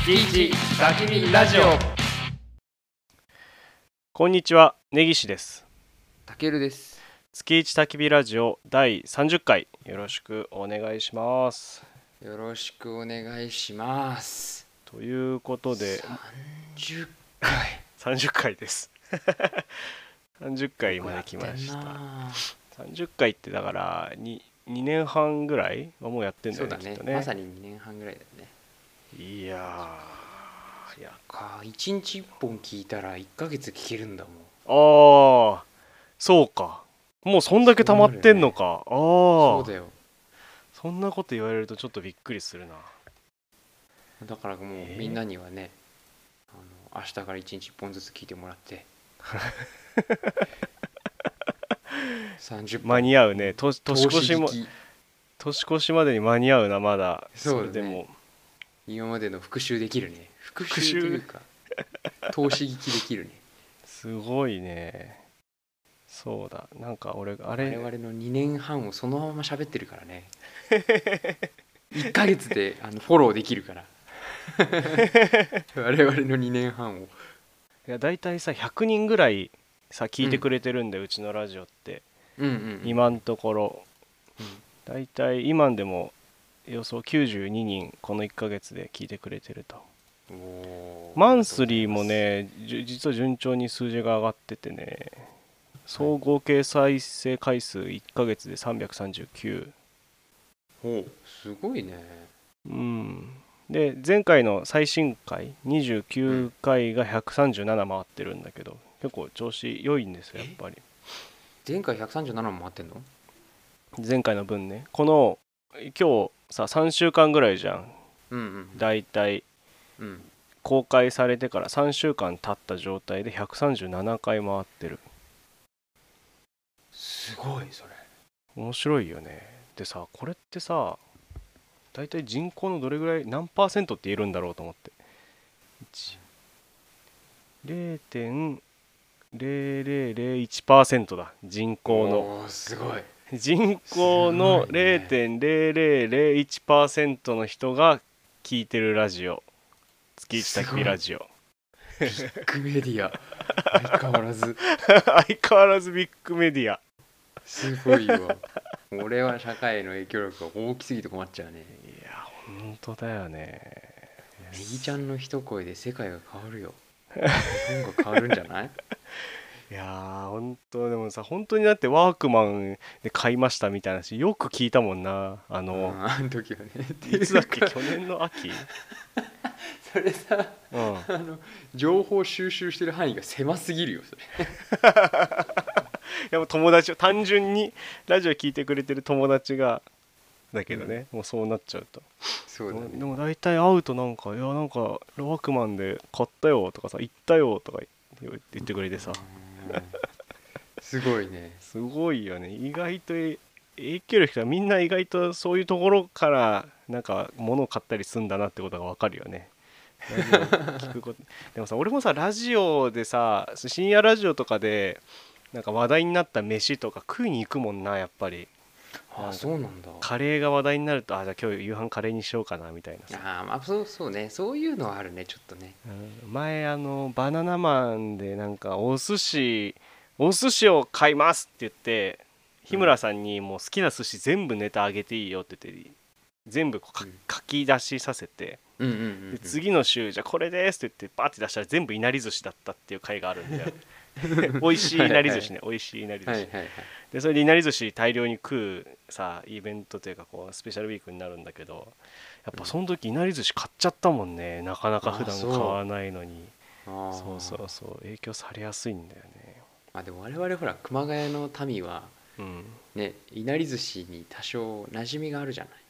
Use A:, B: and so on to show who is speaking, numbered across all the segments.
A: 月一焚き火ラジオ。
B: こんにちは、根岸です。
A: たけるです。
B: 月一焚き火ラジオ第30回よろしくお願いします。
A: よろしくお願いします。
B: ということで
A: 30回
B: 30回です30回まで来ました。30回ってだから2年半ぐらいはもうやってんだよね。
A: そうだね、
B: きっとね。
A: まさに2年半ぐらいだよね。
B: いや
A: 1日1本聞いたら1ヶ月聞けるんだもん。
B: そうか、もうそんだけ溜まってんのか。
A: そうだよ。
B: そんなこと言われるとちょっとびっくりするな。
A: だからもうみんなにはね、明日から1日1本ずつ聞いてもらって30本
B: 間に合うね。年越しまでに間に合うな。まだ
A: そうだね。
B: それでも
A: 今までの復習できるね。復習というか投資聞きできるね。
B: すごいね。そうだ、なんか俺あれ
A: 我々の2年半をそのまま喋ってるからね1ヶ月でフォローできるから我々の2年半を。
B: いやだいたいさ100人ぐらいさ聞いてくれてるんで、うちのラジオって、今のところ、だいたい今でも予想92人この1ヶ月で聞いてくれてると。マンスリーもね、実は順調に数字が上がっててね、総合計再生回数1ヶ月で339。
A: すごいね。
B: で前回の最新回29回が137回ってるんだけど、結構調子良いんですよやっぱり。
A: 前回137も回ってんの？
B: 前回の分ね。この今日さ3週間ぐらいじゃん、だいたい公開されてから3週間経った状態で137回回ってる。
A: すごい。それ
B: 面白いよね。でさ、これってさだいたい人口のどれぐらい何パーセントって言えるんだろうと思って、0.0001% だ。人口の
A: すごい。
B: 人口の 0.0001% の人が聞いてるラジオ、月一焚き火ラジオ。
A: ビッグメディア相変わらず
B: ビッグメディア。
A: すごいわ。俺は社会の影響力が大きすぎて困っちゃうね。
B: いや本当だよね。
A: ネギちゃんの一声で世界が変わるよ。日本が変わるんじゃない？
B: いや本当でもさ、本当にだってワークマンで買いましたみたいな話よく聞いたもんな。
A: あの時はね。
B: いつだっけ、去年の秋
A: それさ、情報収集してる範囲が狭すぎるよそれ。
B: いやもう友達、単純にラジオ聞いてくれてる友達がだけどね、もうそうなっちゃうと。
A: そうだね。
B: でも大体会うとなんか、いやなんかワークマンで買ったよとかさ、行ったよとか言ってくれてさ
A: すごいね。
B: すごいよね。意外と影響力がみんな意外とそういうところからなんか物を買ったりするんだなってことが分かるよね。ラジオ聞くことでもさ、俺もさラジオでさ、深夜ラジオとかでなんか話題になった飯とか食いに行くもんな、やっぱり。
A: そうなんだ。
B: カレーが話題になると、じゃあ今日夕飯カレーにしようかなみたいなさ。
A: まあそうね、そういうのはあるね、ちょっとね。
B: 前バナナマンでなんかお寿司を買いますって言って、日村さんにもう好きな寿司全部ネタあげていいよって言って全部書き出しさせて、で次の週じゃあこれですって言ってバーって出したら全部いなり寿司だったっていう回があるんだよ美味しいいなり寿司ね、美味しいいなり寿司、でそれでいなり寿司大量に食うさイベントというかこうスペシャルウィークになるんだけど、やっぱその時いなり寿司買っちゃったもんね。なかなか普段買わないのに。そう影響されやすいんだよね。
A: でも我々ほら熊谷の民は、ね、いなり寿司に多少馴染みがあるじゃない。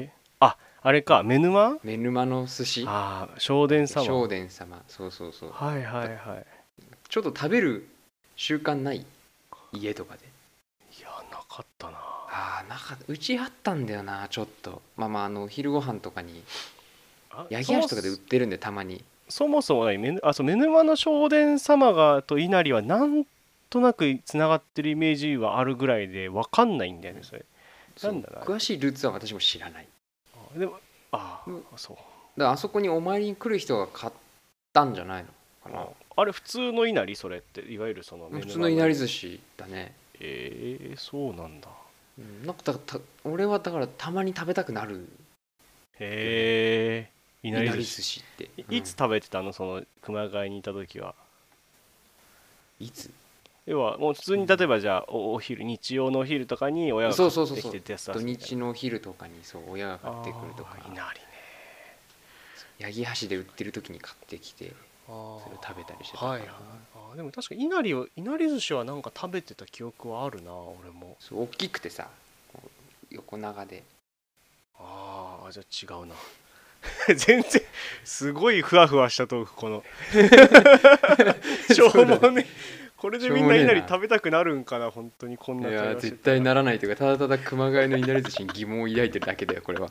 B: あれか、メヌマ
A: の寿司。
B: 正殿様。
A: そう。
B: はい
A: ちょっと食べる習慣ない？家とかで。
B: いやなかったな。
A: うちあったんだよな、ちょっと。昼ご飯とかに焼き菓子とかで売ってるんで、たまに。
B: そもそもメヌマの正殿様がと稲荷はなんとなくつながってるイメージはあるぐらいで分かんないんだよね、それ。
A: なんだな。詳しいルーツは私も知らない。
B: でもそう
A: らあそこにお参りに来る人が買ったんじゃないのかな。
B: あれ普通のいなり、それっていわゆるその
A: 普通のいなり寿司だね。
B: そうなんだ。
A: なんか俺はだからたまに食べたくなる。
B: へえ、い
A: い
B: なり寿
A: なり寿
B: 司。
A: 司って、
B: いつ食べてたの、その熊谷にいた時は。
A: いつ？
B: 要はもう普通に例えばじゃあお昼、日曜のお昼とかに親が買ってきてってやつだ。
A: 土日のお昼とかにそう親が買ってくるとか、
B: いなりね。
A: 八木橋で売ってる時に買ってきてそれを食べたりしてたから。
B: はいはい。でも確かにいなり寿司はなんか食べてた記憶はあるな、俺も。
A: そう大きくてさ、こう横長で。
B: じゃあ違うな。全然すごいふわふわした豆腐、このしょうもね。これでみんないなり食べたくなるんかな、本当にこんな会話してたら。
A: いや絶対ならないというか、ただただ熊谷のいなり寿司に疑問を抱いてるだけだよこれは。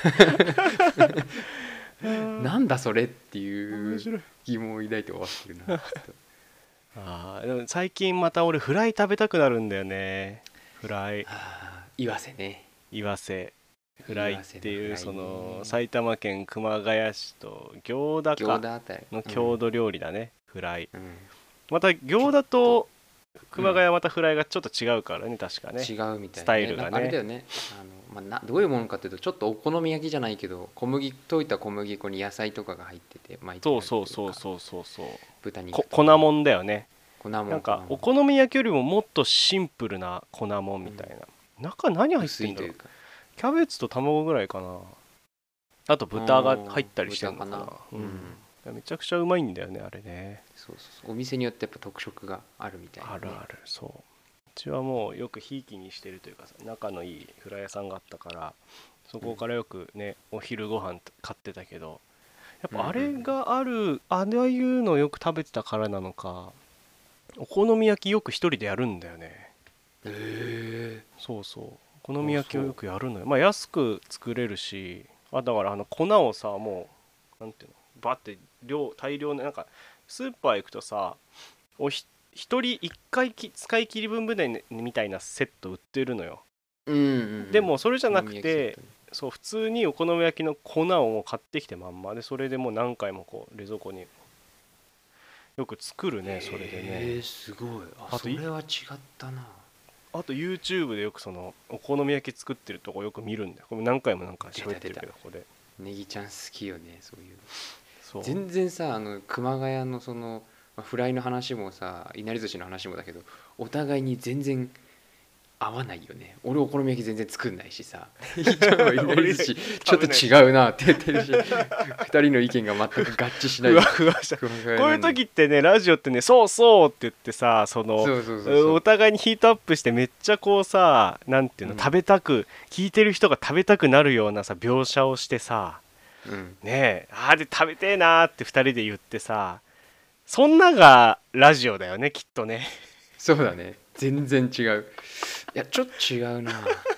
A: なんだそれっていう疑問を抱いて終わってるな。
B: でも最近また俺フライ食べたくなるんだよね。フライ。
A: 岩瀬ね。
B: 岩瀬フライっていう、その埼玉県熊谷市と行田の郷土料理だね、フライ。また行田と熊谷はまたフライがちょっと違うからね、確かね。
A: 違うみたいな、
B: スタイルがね。
A: あれだよね。どういうものかというと、ちょっとお好み焼きじゃないけど、溶いた小麦粉に野菜とかが入ってて巻いてある。
B: そう
A: 豚肉
B: 粉もんだよね。
A: 粉もん。
B: なんかお好み焼きよりももっとシンプルな粉もんみたいな。中何入ってんだろう。キャベツと卵ぐらいかな。あと豚が入ったりしてるのかな。めちゃくちゃうまいんだよね、あれね。
A: そうお店によってやっぱ特色があるみたいな、ね、
B: ある。そう、うちはもうよくひいきにしてるというかさ、仲のいいフライ屋さんがあったから、そこからよくね、お昼ご飯買ってたけど、やっぱあれがある、ああいうのをよく食べてたからなのか、お好み焼きよく一人でやるんだよね。そうお好み焼きをよくやるのよ。安く作れるし、だから粉をさ、もうなんていうの、バッて大量の、なんかスーパー行くとさ、一人一回使い切り分みたいなセット売ってるのよ。でもそれじゃなくて、そう普通にお好み焼きの粉をもう買ってきてまんまで、それでもう何回もこう冷蔵庫によく作るね、それでね。
A: すごい。それは違ったな。
B: あと YouTube でよくそのお好み焼き作ってるとこよく見るんだよ。これ何回も喋ってるけど、ここで
A: ネギちゃん好きよね、そういう。全然さ、熊谷のそのフライの話もさ、いなり寿司の話もだけど、お互いに全然合わないよね。俺お好み焼き全然作んないしさ、いなり寿司ちょっと違うなって言ってるし、2人の意見が全く合致しない。
B: こういう時ってね、ラジオってね、そうって言ってさ、そのお互いにヒートアップしてめっちゃこうさ、なんていうの、聞いてる人が食べたくなるようなさ描写をしてさ、ねえ、で食べてえなーって2人で言ってさ、そんながラジオだよね、きっとね。
A: そうだね、全然違う。いや、ちょっと違うな。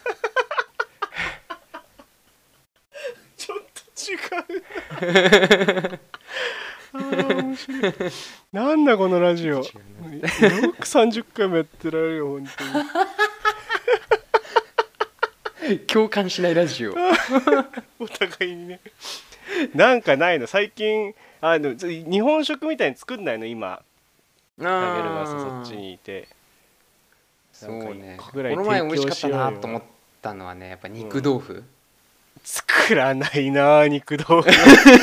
B: ちょっと違う。面白い。なんだこのラジオ。よく30回もやってられるよ、本
A: 当に。共感しないラジオ。
B: お互いにね。なんかないの最近。日本食みたいに作んないの今。食べるがさ、そっちにいて。
A: そうね。この前美味しかったなと思ったのはね、やっぱ肉豆腐。
B: 作らないな、肉豆腐。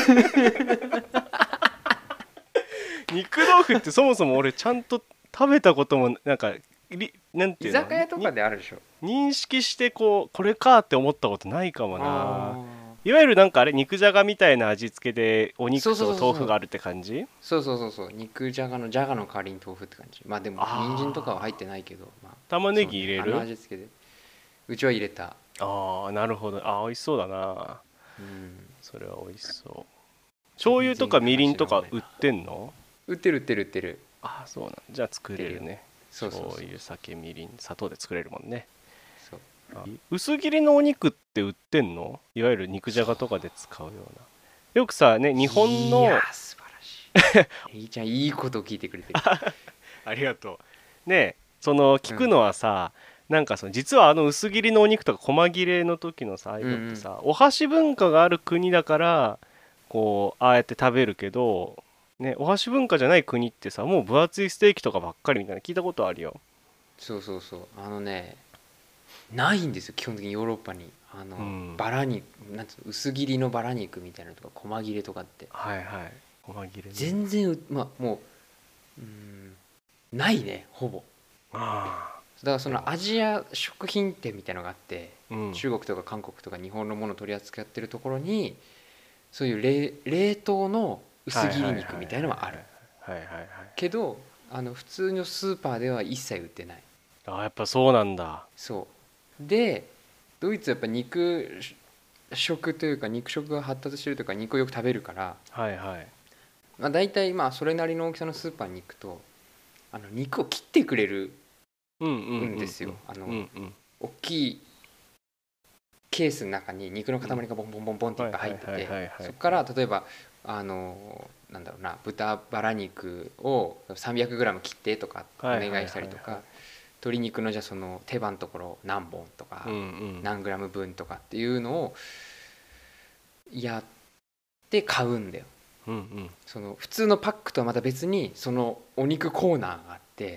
B: 肉豆腐ってそもそも俺ちゃんと食べたこともなんていうの、
A: 居酒屋とかであるでしょ。
B: 認識してこれかって思ったことないかもな。いわゆるなんかあれ肉じゃがみたいな味付けでお肉と豆腐があるって感じ。
A: そう肉じゃがの代わりに豆腐って感じ。でも人参とかは入ってないけど、
B: 玉ねぎ入れる。
A: 味付けでうちは入れた。
B: なるほど。美味しそうだな。それは美味しそう。醤油とかみりんとか売ってんの？
A: 売ってる。
B: そうなんじゃあ作れるね。醤油、酒、みりん、砂糖で作れるもんね。薄切りのお肉って売ってんの？いわゆる肉じゃがとかで使うような。よくさね、日本の。
A: いや素晴らしい。ちゃんいいことを聞いてくれてる。
B: ありがとう。ね、その聞くのはさ、なんか実は薄切りのお肉とか細切れの時のさ、ああいうのってさ、お箸文化がある国だからこうああやって食べるけど、ね、お箸文化じゃない国ってさ、もう分厚いステーキとかばっかりみたいな聞いたことあるよ。
A: そうそうそう、ないんですよ基本的にヨーロッパに
B: うん。
A: バラ肉、なんつうの、薄切りのバラ肉みたいなのとか細切れとかって
B: はいはい。細切れね。
A: 全然もう、ないねほぼ。
B: ああ。
A: だからそ
B: でも、
A: のアジア食品店みたいのがあって、
B: うん。
A: 中国とか韓国とか日本のものを取り扱ってるところにそういう冷凍の薄切り
B: はいはいはいはい
A: 肉みたいのはある
B: はいはいはいはい。
A: けど、普通のスーパーでは一切売ってない。
B: ああ、やっぱそうなんだ。
A: そうで、ドイツはやっぱ肉食というか肉食が発達してるというか肉をよく食べるから、
B: はいはい。
A: 大体それなりの大きさのスーパーに行くと肉を切ってくれる
B: うんうん
A: んですよ。
B: うんうんうんうん。
A: 大きいケースの中に肉の
B: うん。
A: 塊がボンボンボンボンっていっ
B: はい
A: ぱい入って
B: はいはい
A: て、
B: はいはい。
A: そこから例えばなんだろうな、豚バラ肉を 300g 切ってとかお
B: はいはいはい
A: 願いしたりと
B: はい。
A: か、鶏肉のじゃあその手羽のところ何本と
B: うん
A: か
B: うん。
A: 何グラム分とかっていうのをやって買うんだよ。
B: うんうん。
A: その普通のパックとはまた別にそのお肉コーナーがあって、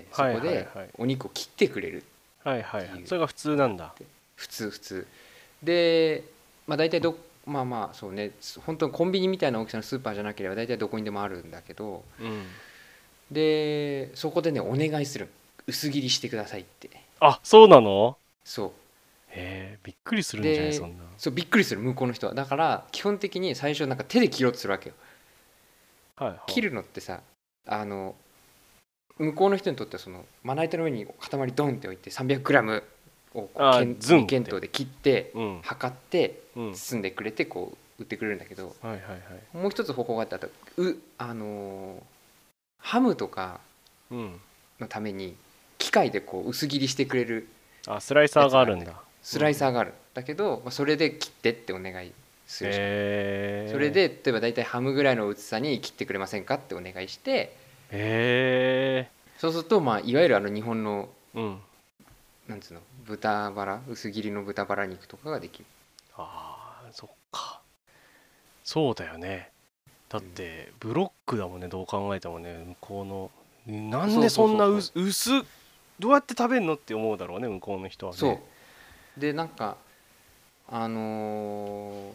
A: そ
B: はい
A: こで
B: はいはい。
A: お肉を切ってくれるっ
B: はいはいはい。
A: ていう
B: それが普通
A: のがあっ
B: なんだ。
A: て、普通で、大体そうね、本当にコンビニみたいな大きさのスーパーじゃなければ大体どこにでもあるんだけど、
B: うん。
A: でそこでねお願いする、薄切りしてくださいって。
B: あ、そうなの？
A: そ
B: へえ、びっくりす
A: う
B: るんじゃない
A: で、
B: そんな。
A: そうびっくりする向こうの人は。だから基本的に最初なんか手で切ろうとするわけよ。
B: はいは
A: 切るのってさ、あの向こうの人にとってはそのまな板の上に塊ドンって置いて 300g をこう
B: あ。あ、ズ
A: 2
B: ンって。
A: 検討で切って
B: うん
A: 測って
B: うん。
A: 包んでくれてこう売ってくれるんだけど、
B: はいはいはい。
A: もう一つ方法があって、ハムとか
B: うん。
A: のために機械でこう薄切りしてくれる
B: あ、スライサ
A: や
B: ーがあるんだ。
A: つがあるんだけど、ス
B: うんうん。
A: ライサーがあるんだけど、それで切ってってお願いするじゃん。それ
B: へ
A: で例えば大体ハムぐらいの薄さに切ってくれませんかってお願いして、
B: え。へえ。
A: そうするといわゆる日本の
B: うん。
A: なんつうの、豚バラ、薄切りの豚バラ肉とかができる。
B: ああ、そっか。そうだよね。だっ
A: うん、
B: てブロックだもんね、どう考えてもね、向こうの。なん
A: そう
B: でそんな
A: そうそうそう。
B: どうやって食べんのって思うだろうね、向こうの人はね。
A: でなんかあの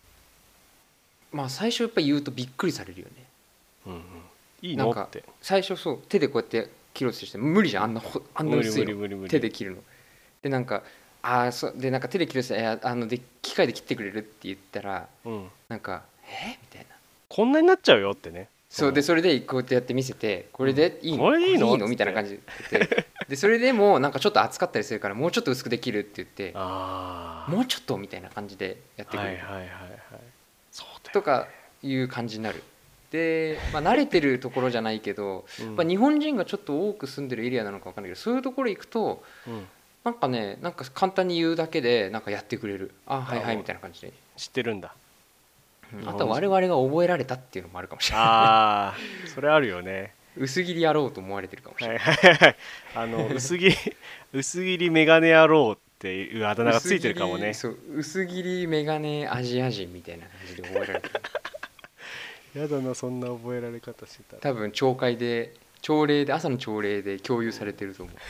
A: 最初やっぱ言うとびっくりされるよね。
B: うんうん。いい
A: なんか
B: のって。
A: 最初そう手でこうやって切ろうとして無理じゃん、あんな
B: 無理無
A: 薄いの
B: 理無理無理。
A: 手で切るの。でなんかでなんか手で切るとしてで機械で切ってくれるって言ったら、
B: うん。
A: なんかみたいな。
B: こんなになっちゃうよってね。
A: それでこうやってやって見せて、こ
B: うん、
A: れでいいの
B: これでいい
A: これでいいの
B: のっつって。
A: みたいな感じで言って、でそれでもなんかちょっと厚かったりするからもうちょっと薄くできるって言って、も
B: あ
A: うちょっとみたいな感じでやっ
B: あ、
A: てくれる
B: はいはいはいはい。そうだよ
A: とかいう感じになる。で、慣れてるところじゃないけど、
B: ね。
A: 日本人がちょっと多く住んでるエリアなのか分かんないけど、そういうところ行くと
B: うんうん。
A: なんかね、なんか簡単に言うだけでなんかやってくれる。はいはい
B: あ、もう
A: みたいな感じで。
B: 知ってるんだ、日
A: あとは我
B: 本人。
A: 々が覚えられたっていうのもあるかもしれない。
B: ああ、それあるよね。
A: 薄切りやろうと思われてるかもしれ
B: はいはいはい。薄切りメガネ野郎っていうあだ
A: ない。
B: 名がついてるかもね。
A: 薄切りメガネアジア人みたいな感じで覚えられてる。
B: やだな、そんな覚えられ方してたら。
A: 多分朝礼で朝の朝礼で共有されてると思う。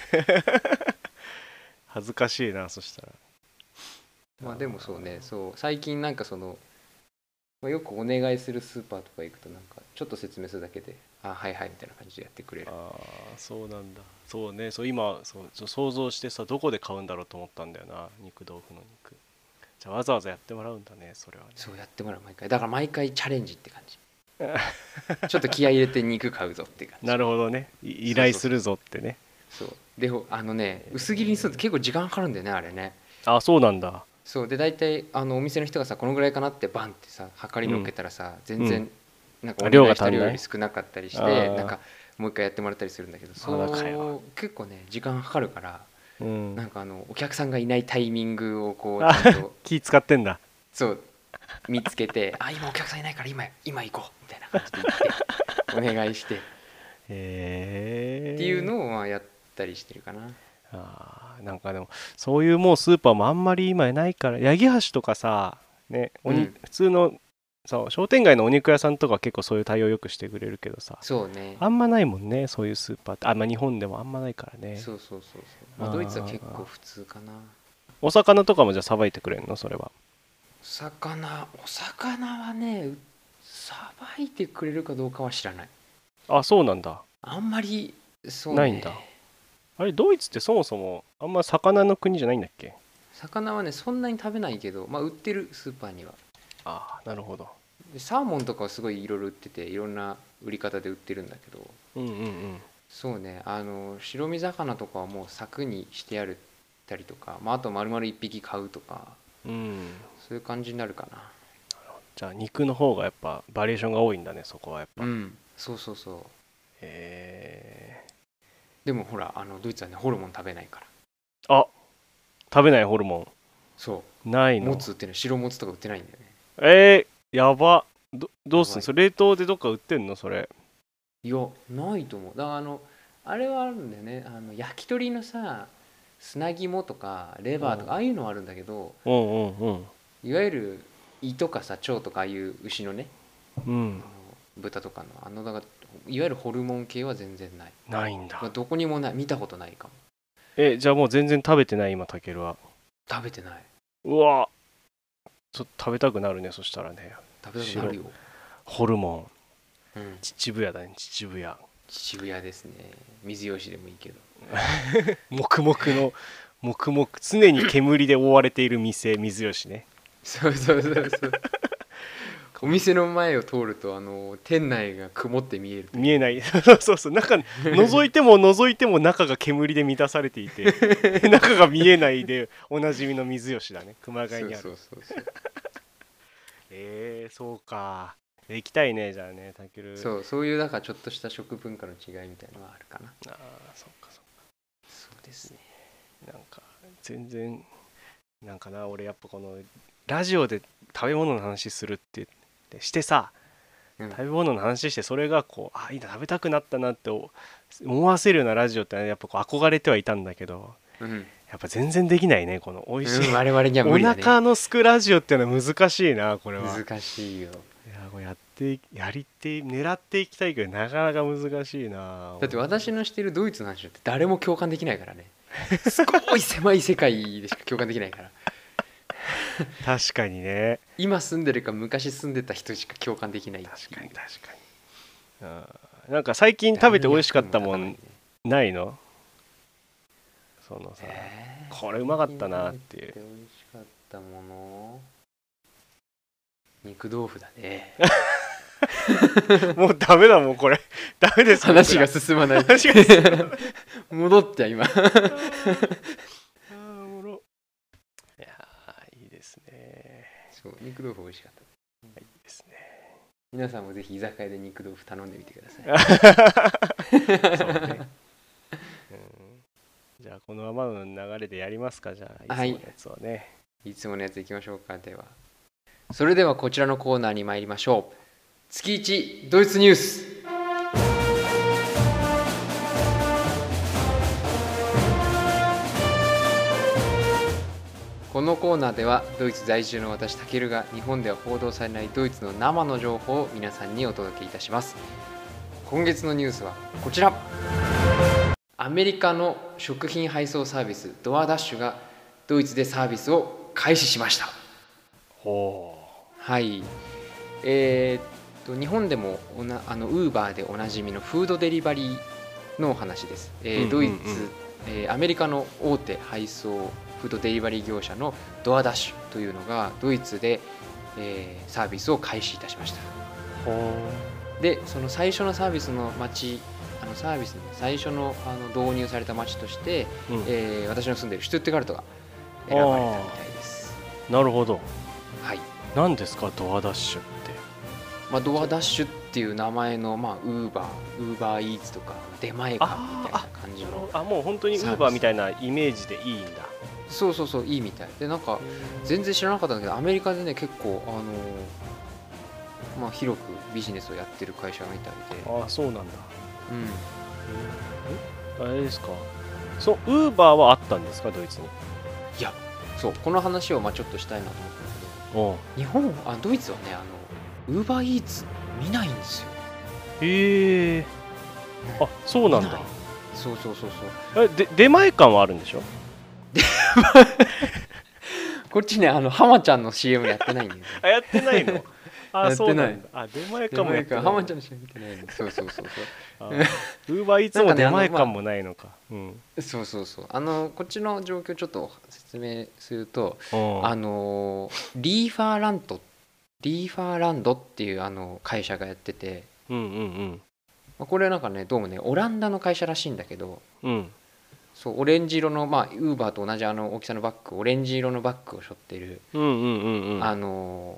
B: 恥ずかしいな、そしたら。
A: でもそうね、最近なんかよくお願いするスーパーとか行くとなんかちょっと説明するだけではいはいみたいな感じでやってくれる。
B: ああ、そうなんだ。そうね、そう今想像してさ、どこで買うんだろうと思ったんだよな、肉豆腐の肉。じゃあわざわざやってもらうんだね、それはね。
A: そうやってもらう、毎回だから毎回チャレンジって感じ。ちょっと気合い入れて肉買うぞって感じ。
B: なるほどね、依
A: そうそうそう
B: 頼するぞってね。
A: で薄切りにすると結構時間かかるんだよねあれね。
B: あ、そうなんだ。
A: で大体お店の人がさこのぐらいかなってバンってさ測りのっけたらさ、全
B: うん。
A: 然なんかお
B: あ、量
A: 願いした
B: が足んない。
A: 量より少なかったりし
B: ああ、
A: て、なんかもう一回やってもらったりするんだけど、
B: まだかよ。
A: 結構ね時間かかるから、
B: うん。
A: なんかお客さんがいないタイミングをこう
B: あ、
A: ちゃんと
B: 気使ってんだ。
A: そう見つけて今お客さんいないから今行こうみたいな感じで言ってお願いしてっていう
B: へえ。
A: のをやったりしてるかな。
B: なんかでも、そういうもうスーパーもあんまり今ないから、八木橋とかさ、ね、
A: うん
B: 普通のそう商店街のお肉屋さんとか結構そういう対応よくしてくれるけどさ、
A: そうね、
B: あんまないもんねそういうスーパーって。日本でもあんまないからね。
A: そうそうそうそう、まあ、ドイツは結構普通かな。
B: お魚とかもじゃあさばいてくれんのそれは？
A: お魚はね、さばいてくれるかどうかは知らない。
B: あ、そうなんだ。
A: あんまりそうね、
B: ないんだ。あれドイツってそもそもあんま魚の国じゃないんだっけ？
A: 魚はねそんなに食べないけど、まあ売ってるスーパーには。
B: ああ、なるほど。
A: でサーモンとかはすごいいろいろ売ってて、いろんな売り方で売ってるんだけど、
B: うんうんうん。
A: そうね、白身魚とかはもう柵にしてあるたりとか、まあ、あと丸々1匹買うとか、
B: うん。
A: そういう感じになるかな。
B: じゃあ肉の方がやっぱバリエーションが多いんだね、そこはやっぱ。
A: うん、そうそうそう。
B: へえ。
A: でもほらドイツはねホルモン食べないから。
B: あ、食べないホルモン
A: そう
B: ないの？
A: もつ売ってない、白もつとか売ってないんだよね。
B: やば。どうすん
A: やばい。
B: それ？冷凍でどっか売ってんのそれ？
A: いやないと思う。だからあれはあるんだよね、焼き鳥のさ砂肝とかレバーとかああいうのはあるんだけど、
B: うんうんうん
A: いわゆる胃とかさ腸とかああいう牛のね、
B: うん
A: 豚とかのだからいわゆるホルモン系は全然ない。
B: ないんだ。
A: まあどこにもない、見たことないかも。
B: じゃあもう全然食べてない今タケルは？
A: 食べてない。
B: うわ、ちょっと食べたくなるねそしたらね。
A: 食べたくなるよ。
B: ホルモン、
A: うん、
B: 秩父屋だね、秩父屋。
A: 秩父屋ですね。水吉でもいいけど。
B: 黙々常に煙で覆われている店、水吉ね。
A: そうそうそうそう。お店の前を通ると店内が曇って見える。
B: 見えない。そうそう、中覗いても覗いても中が煙で満たされていて中が見えないでおなじみの水吉だね、熊谷にある。
A: そうそうそうそう。
B: そうか。行きたいねじゃあね、たける。
A: そういうだからちょっとした食文化の違いみたいなのはあるかな。
B: ああ、そうかそうか。
A: そうですね。
B: なんか全然なんかな、俺やっぱこのラジオで食べ物の話するってしてさ、食べ物の話してそれがこういいな、食べたくなったなって思わせるようなラジオってやっぱこう憧れてはいたんだけど、やっぱ全然できないね、この美味しい、
A: 我々には無理だね。
B: お腹のすくラジオっていうのは難しいな、これは。
A: 難しいよ。
B: いや、これ狙っていきたいけどなかなか難しいな。
A: だって私のしてるドイツの話って誰も共感できないからね。すごい狭い世界でしか共感できないから
B: 確かにね。
A: 今住んでるか昔住んでた人しか共感できない。
B: 確かになんか最近食べて美味しかったもんないの？そのさ、これうまかったなっていう。
A: 美味しかったもの、肉豆腐だね。
B: もうダメだもんこれ。ダメです。
A: 話が進まない。戻って今。い
B: やいいですね。
A: そう、肉豆腐美味しかった。
B: いいですね。
A: 皆さんもぜひ居酒屋で肉豆腐頼んでみてください。そうね。
B: じゃあこのままの流れでやりますか。じゃあいつものやつをね、
A: いつものやついきましょうか。ではそれではこちらのコーナーに参りましょう。月1ドイツニュース。このコーナーではドイツ在住の私タケルが日本では報道されないドイツの生の情報を皆さんにお届けいたします。今月のニュースはこちら。アメリカの食品配送サービスドアダッシュがドイツでサービスを開始しました。はい。日本でもウーバーでおなじみのフードデリバリーのお話です。ドイツ、アメリカの大手配送フードデリバリー業者のドアダッシュというのがドイツで、サービスを開始いたしました。でその最初のサービスの町、サービスの最初の導入された町として、私の住んでいるシュトゥットガルトが選ばれたみたいです。
B: なるほど。
A: はい。
B: 何ですかドアダッシュって？
A: ドアダッシュっていう名前の、ウーバーイーツとか出前館みたいな感じの、
B: もう本当にウーバーみたいなイメージでいいんだ。
A: そういいみたいで、なんか全然知らなかったんだけどアメリカでね結構広くビジネスをやってる会社みたいで。
B: そうなんだ。あれですか。ウーバーはあったんですかドイツに？
A: いや、そうこの話をちょっとしたいなと思ったんだけど、日本ドイツはねウーバーイーツ見ないんですよ。
B: へえ。あ、そうなんだ。
A: そうそうそうそう。
B: 出前館はあるんでしょ。
A: こっちね、浜ちゃんの CM やってないんだよね。
B: あ、やってないの。あ、
A: やってない。
B: そうなんだ。あ、出前館もやってないの。
A: 浜ちゃんの CM 見てないの。そうそうそうそう。
B: ウーバーイーツも出前館もないのか。うん。
A: そうそうそう。こっちの状況ちょっと説明すると、リーファーランドっていう会社がやってて、
B: うんうん
A: これなんかね、どうもね、オランダの会社らしいんだけど、
B: うん。
A: そう、オレンジ色の、まあ、ウーバーと同じ大きさのバッグ、オレンジ色のバッグを背負ってる、
B: うんうんうんうん。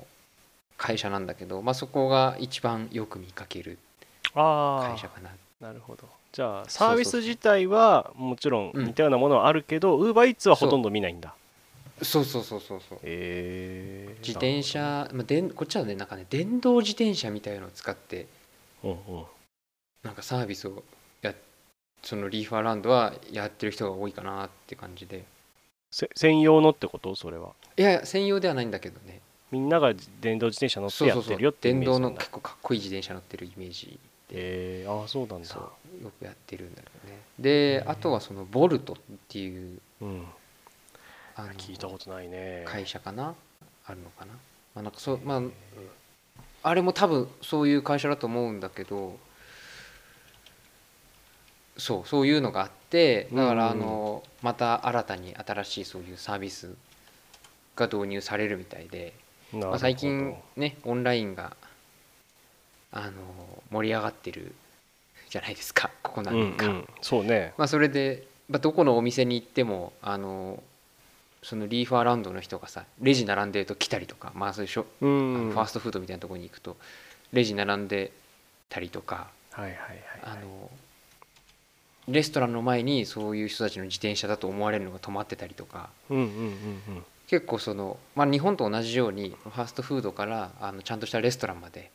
A: 会社なんだけど、まあ、そこが一番よく見かける会社かな。
B: なるほど。じゃあサービス自体はもちろん似たようなものはあるけど、ウーバーイーツはほとんど見ないんだ。
A: そうそうそうそうそう。自転車、こっちはね、なんかね、電動自転車みたいのを使って、なんかサービスをそのリーファーランドはやってる人が多いかなって感じで。
B: 専用のってことそれは。
A: いやいや、専用ではないんだけどね。
B: みんなが電動自転車乗ってやってるよっていうイメージなんだ。
A: 電動の結構かっこいい自転車乗ってるイメージで。
B: ああ、そうなんだ。
A: そうよくやってるんだよね。で、あとはそのボルトっていう、
B: 聞いたことないね。
A: 会社かな、あるのかな。なんかあれも多分そういう会社だと思うんだけど、そういうのがあって、だからまた新たに新しいそういうサービスが導入されるみたいで、最近ね、オンラインが盛り上がってるじゃないですか、ここ何年か。
B: そうね。
A: それで、どこのお店に行ってもそのリーファーランドの人がさ、レジ並んでると来たりとか、そういうファーストフードみたいなところに行くとレジ並んでたりとか、レストランの前にそういう人たちの自転車だと思われるのが止まってたりとか、結構日本と同じようにファーストフードからちゃんとしたレストランまで、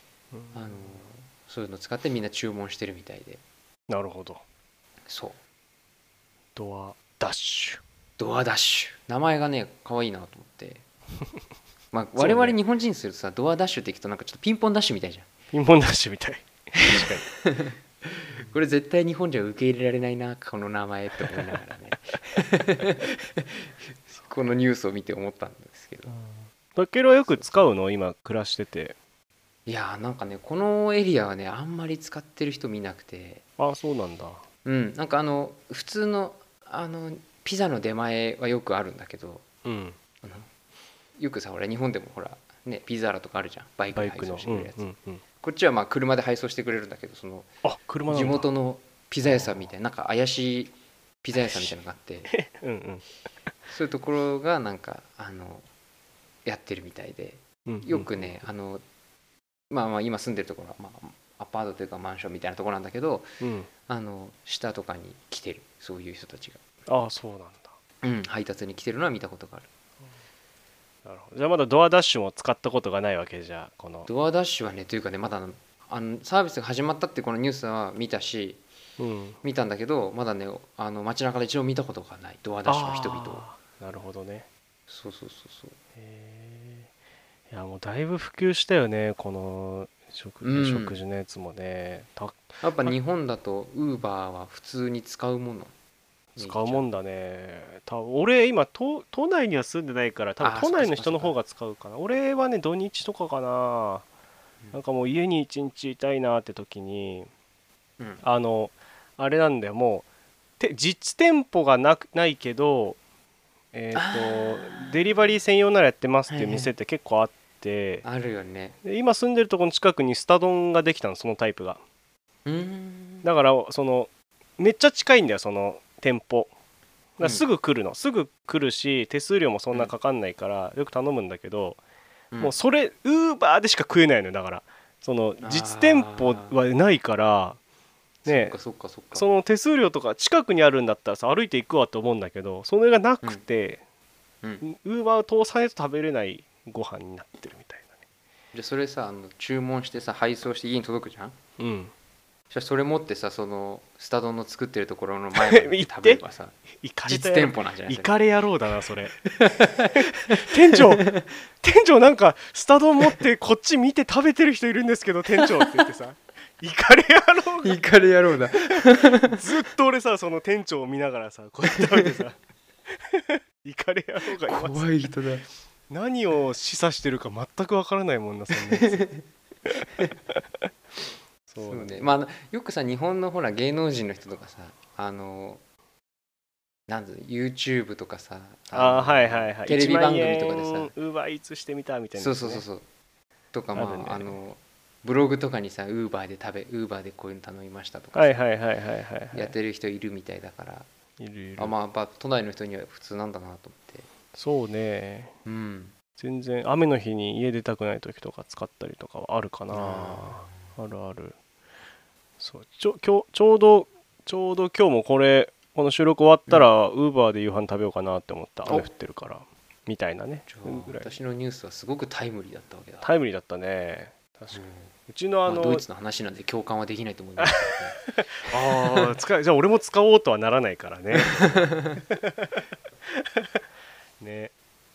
A: そういうのを使ってみんな注文してるみたいで。
B: なるほど。
A: そう、
B: ドアダッシ
A: ュ、名前がね可愛いなと思って我々日本人するとさ、ドアダッシュって聞くとなんかちょっとピンポンダッシュみたいじゃん。
B: ピンポンダッシュみたい。確かに。
A: これ絶対日本じゃ受け入れられないな、この名前って思いながらねこのニュースを見て思ったんですけど。
B: タケルはよく使うの今暮らしてて。
A: いやなんかね、このエリアはねあんまり使ってる人見なくて。
B: そうなんだ。
A: なんか普通のピザの出前はよくあるんだけど、よくさ、ほら日本でもほらね、ピザーラとかあるじゃん、バイクで配送してくれるやつ。こっちは車で配送してくれるんだけど、地元のピザ屋さんみたいな、なんか怪しいピザ屋さんみたいなのがあってそういうところがなんかやってるみたいで、よくね今住んでるところは、アパートというかマンションみたいなところなんだけど、下とかに来てる、そういう人たちが。
B: そうなんだ。
A: 配達に来てるのは見たことがある。
B: なるほど。じゃあまだドアダッシュも使ったことがないわけじゃ。この
A: ドアダッシュはね、というかね、まだサービスが始まったってこのニュースは見たし、見たんだけど、まだね街中で一度見たことがない、ドアダッシュの人々を。
B: なるほどね。
A: そう。
B: いやもうだいぶ普及したよね、この食事のやつもね。
A: やっぱ日本だとウーバーは普通に使うもの。
B: 使うもんだね。俺今都内には住んでないから、多分都内の人の方が使うかな。俺はね土日とかかな。なんかもう家に一日いたいなって時に、あれなんだよ、もう実店舗がないけど、デリバリー専用ならやってますっていう店って結構あって、
A: あるよね。
B: 今住んでるところの近くにスタ丼ができたの、そのタイプが。だからめっちゃ近いんだよ、その店舗だ。すぐ来るの、すぐ来るし、手数料もそんなかかんないからよく頼むんだけど、もうそれウーバーでしか食えないのよ。だからその実店舗はないからね、その手数料とか近くにあるんだったらさ、歩いていくわと思うんだけど、それがなくて、ウーバーを通さないと食べれないご飯になってるみたいなね。
A: じゃあそれさ、注文してさ、配送して家に届くじゃん。 それ持ってさ、そのスタ丼の作ってるところの前まで食べればさ実店舗なんじゃない
B: イカレ野郎だなそれ店長なんかスタ丼持ってこっち見て食べてる人いるんですけど店長って言ってさイカレ
A: 野郎だ
B: ずっと俺さその店長を見ながらさこうやって食べてさイカレ野郎がいます
A: 怖い人だ。
B: 何を示唆してるか全くわからないもんなそんなやつ
A: そうね。まあよくさ日本のほら芸能人の人とかさなんだ YouTube とかさ
B: はいはいはい
A: テレビ番組とかでさ
B: ウーバーイーツしてみたみたいな、
A: ね、そうとかまあ、ブログとかにさウーバーでこういうの頼みましたとかさやってる人いるみたいだから
B: いる
A: まあ都内の人には普通なんだなと思って。
B: そうね、
A: うん、
B: 全然雨の日に家出たくない時とか使ったりとかはあるかな。あるそうちょうど今日もこの収録終わったらウーバーで夕飯食べようかなって思った、雨降ってるからみたいなね。
A: 私のニュースはすごくタイムリーだったわけだ。
B: タイムリーだったね確かに、うちの
A: ドイツの話なんで共感はできないと思いますけ
B: ど、ね、じゃあ俺も使おうとはならないからねね、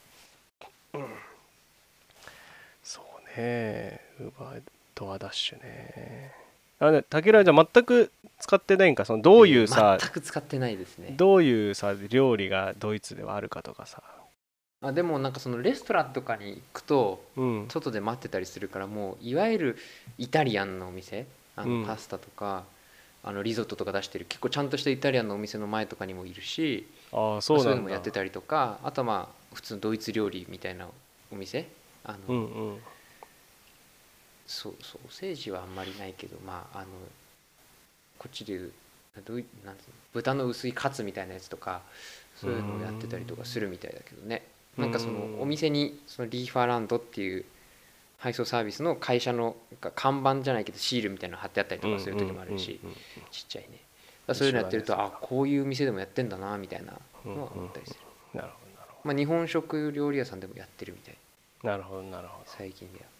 B: そうねウーバードアダッシュね。竹浦じゃ全く使ってないんか。そのどういうさ、
A: 全く使ってないですね。
B: どういうさ料理がドイツではあるかとかさ。
A: でもなんかそのレストランとかに行くと外で待ってたりするから、もういわゆるイタリアンのお店パスタとかリゾットとか出してる結構ちゃんとしたイタリアンのお店の前とかにもいるし、そういうのもやってたりとか、あとはまあ普通のドイツ料理みたいなお店ソーセージはあんまりないけど、まあこっちでいうなん豚の薄いカツみたいなやつとかそういうのをやってたりとかするみたいだけどね。なんかそのお店にそのリーファーランドっていう配送サービスの会社の看板じゃないけどシールみたいなの貼ってあったりとかする時もあるし、ちっちゃいね。そういうのやってるとこういう店でもやってんだなみたいなのは思ったりする。
B: なるほど。
A: まあ日本食料理屋さんでもやってるみたい。
B: なるほど
A: 最近では。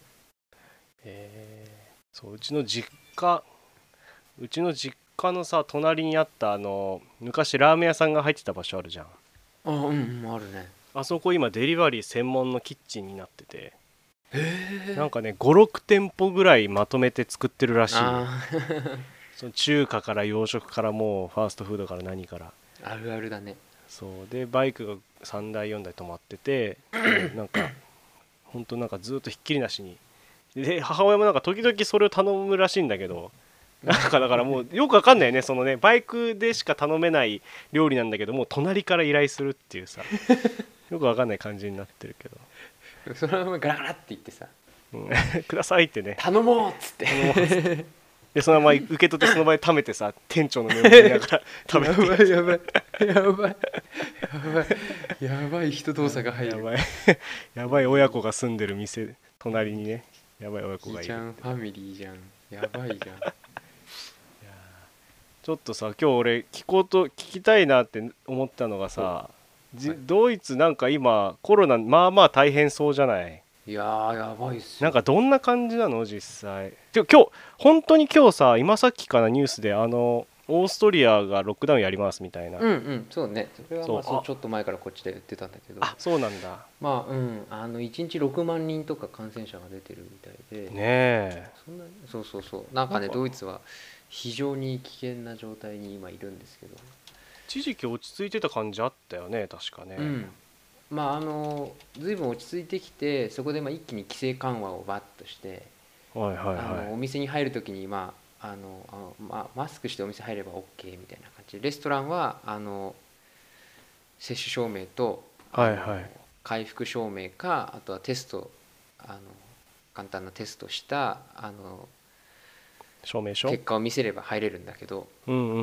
B: そううちの実家のさ隣にあった昔ラーメン屋さんが入ってた場所あるじゃん。
A: あるね。
B: あそこ今デリバリー専門のキッチンになってて、なんかね 5,6 店舗ぐらいまとめて作ってるらしいその中華から洋食からもうファーストフードから何から
A: あるあるだね。
B: そうでバイクが3台4台止まっててなんかほんとなんかずっとひっきりなしにで母親もなんか時々それを頼むらしいんだけど、なんかだからもうよくわかんないよね。そのねバイクでしか頼めない料理なんだけども隣から依頼するっていうさよくわかんない感じになってるけ
A: どそのままガラガラって言ってさ
B: くださいってね
A: 頼もうっつって
B: でそのまま受け取ってその場で食べてさ店長の目を見ながら食べて
A: やばい人動作が入る。
B: やばい親子が住んでる店隣にねやばい親子がいる。
A: じいちゃんファミリーじゃん。やばいじゃん
B: ちょっとさ今日俺聞きたいなって思ったのがさ、ドイツなんか今コロナまあまあ大変そうじゃない。
A: いやーやばいっすよ。
B: なんかどんな感じなの実際。本当に今日さ今さっきかなニュースでオーストリアがロックダウンやりますみたいな。
A: そうね。それはまあちょっと前からこっちで言ってたんだけど。
B: そうなんだ。
A: まあ1日6万人とか感染者が出てるみたいで。
B: ねえ。
A: そんなにそうなんかねドイツは非常に危険な状態に今いるんですけど。
B: 一時期落ち着いてた感じあったよね確かね。
A: まあ随分落ち着いてきて、そこで一気に規制緩和をバッとして、お店に入るときにマスクしてお店入れば OK みたいな感じで、レストランは接種証明と回復証明か、あとはテスト簡単なテストした
B: 証明書
A: 結果を見せれば入れるんだけど、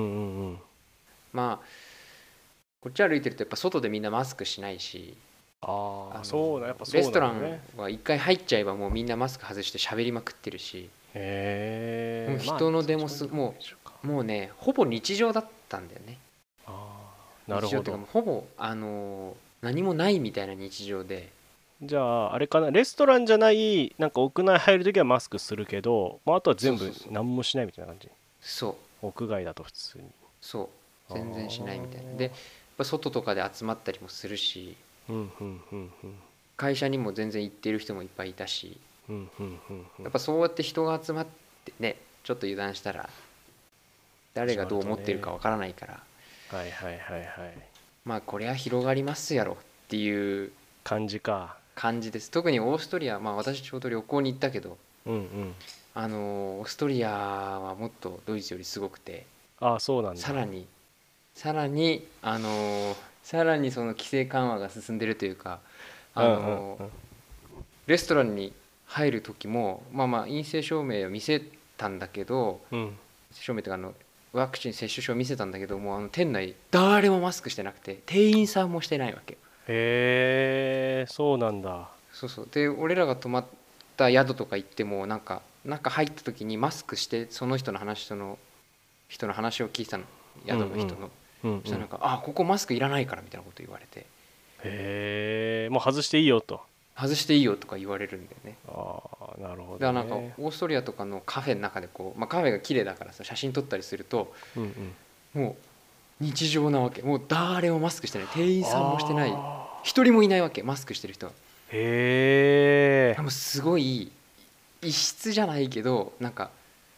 A: まあこっち歩いてるとやっぱ外でみんなマスクしないし、
B: そうだやっぱそうだね。
A: レストランは一回入っちゃえばもうみんなマスク外して喋りまくってるし、人の出ももうねほぼ日常だったんだよね。
B: なるほど。
A: ほぼ何もないみたいな日常で。
B: じゃああれかな、レストランじゃないなんか屋内入るときはマスクするけど、あとは全部何もしないみたいな感じ。
A: そう
B: 屋外だと普通に。
A: そう全然しないみたいなで、やっぱ外とかで集まったりもするし、
B: うんうんうんうん
A: 会社にも全然行ってる人もいっぱいいたし、
B: うんうんうんうん。
A: やっぱそうやって人が集まってね、ちょっと油断したら誰がどう思ってるかわからないから、
B: はいはいはいはい。
A: まあこれは広がりますやろっていう
B: 感じか。
A: 感じです。特にオーストリア、まあ私ちょうど旅行に行ったけど、
B: うんうん。
A: オーストリアはもっとドイツよりすごくて、
B: ああそうなんだ。
A: さらにさらにさらにその規制緩和が進んでるというか、
B: うんうんうん。
A: レストランに入る時もまあまあ陰性証明を見せたんだけど、
B: うん。
A: 証明というかワクチン接種証を見せたんだけども、店内誰もマスクしてなくて店員さんもしてないわけ。
B: へえ、そうなんだ。
A: そうそうで俺らが泊まった宿とか行ってもなんか入った時にマスクしてその人の話を聞いてたの、宿の人の。
B: うんうん。
A: そしたらなんか「あここマスクいらないから」みたいなこと言われて、
B: へえ、もう外していいよと。
A: 外していいよとか言われるんだよね。
B: ああ、なるほど
A: だからなんか
B: ね。
A: オーストリアとかのカフェの中でこう、まあ、カフェが綺麗だからさ写真撮ったりすると
B: うんうん。
A: もう日常なわけ。もう誰もマスクしてない、店員さんもしてない、
B: あ
A: 一人もいないわけ、マスクしてる人は。
B: あ。へえ。
A: もうすごい異質じゃないけど、なんか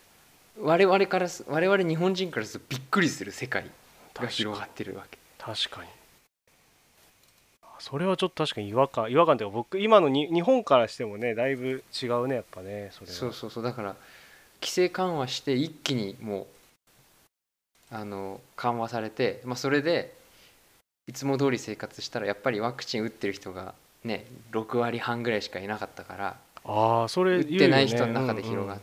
A: 我々日本人からするとびっくりする世界が広がってるわけ。
B: 確かに。それはちょっと確かに違和感というか、僕今の日本からしてもね、だいぶ違うね、やっぱね、それは。
A: そうそうそう、だから規制緩和して一気にもう緩和されて、まあ、それでいつも通り生活したらやっぱりワクチン打ってる人がね6割半ぐらいしかいなかったから、
B: ああ、それ
A: 打ってない
B: 言うよね。うん
A: 人の中で広がって、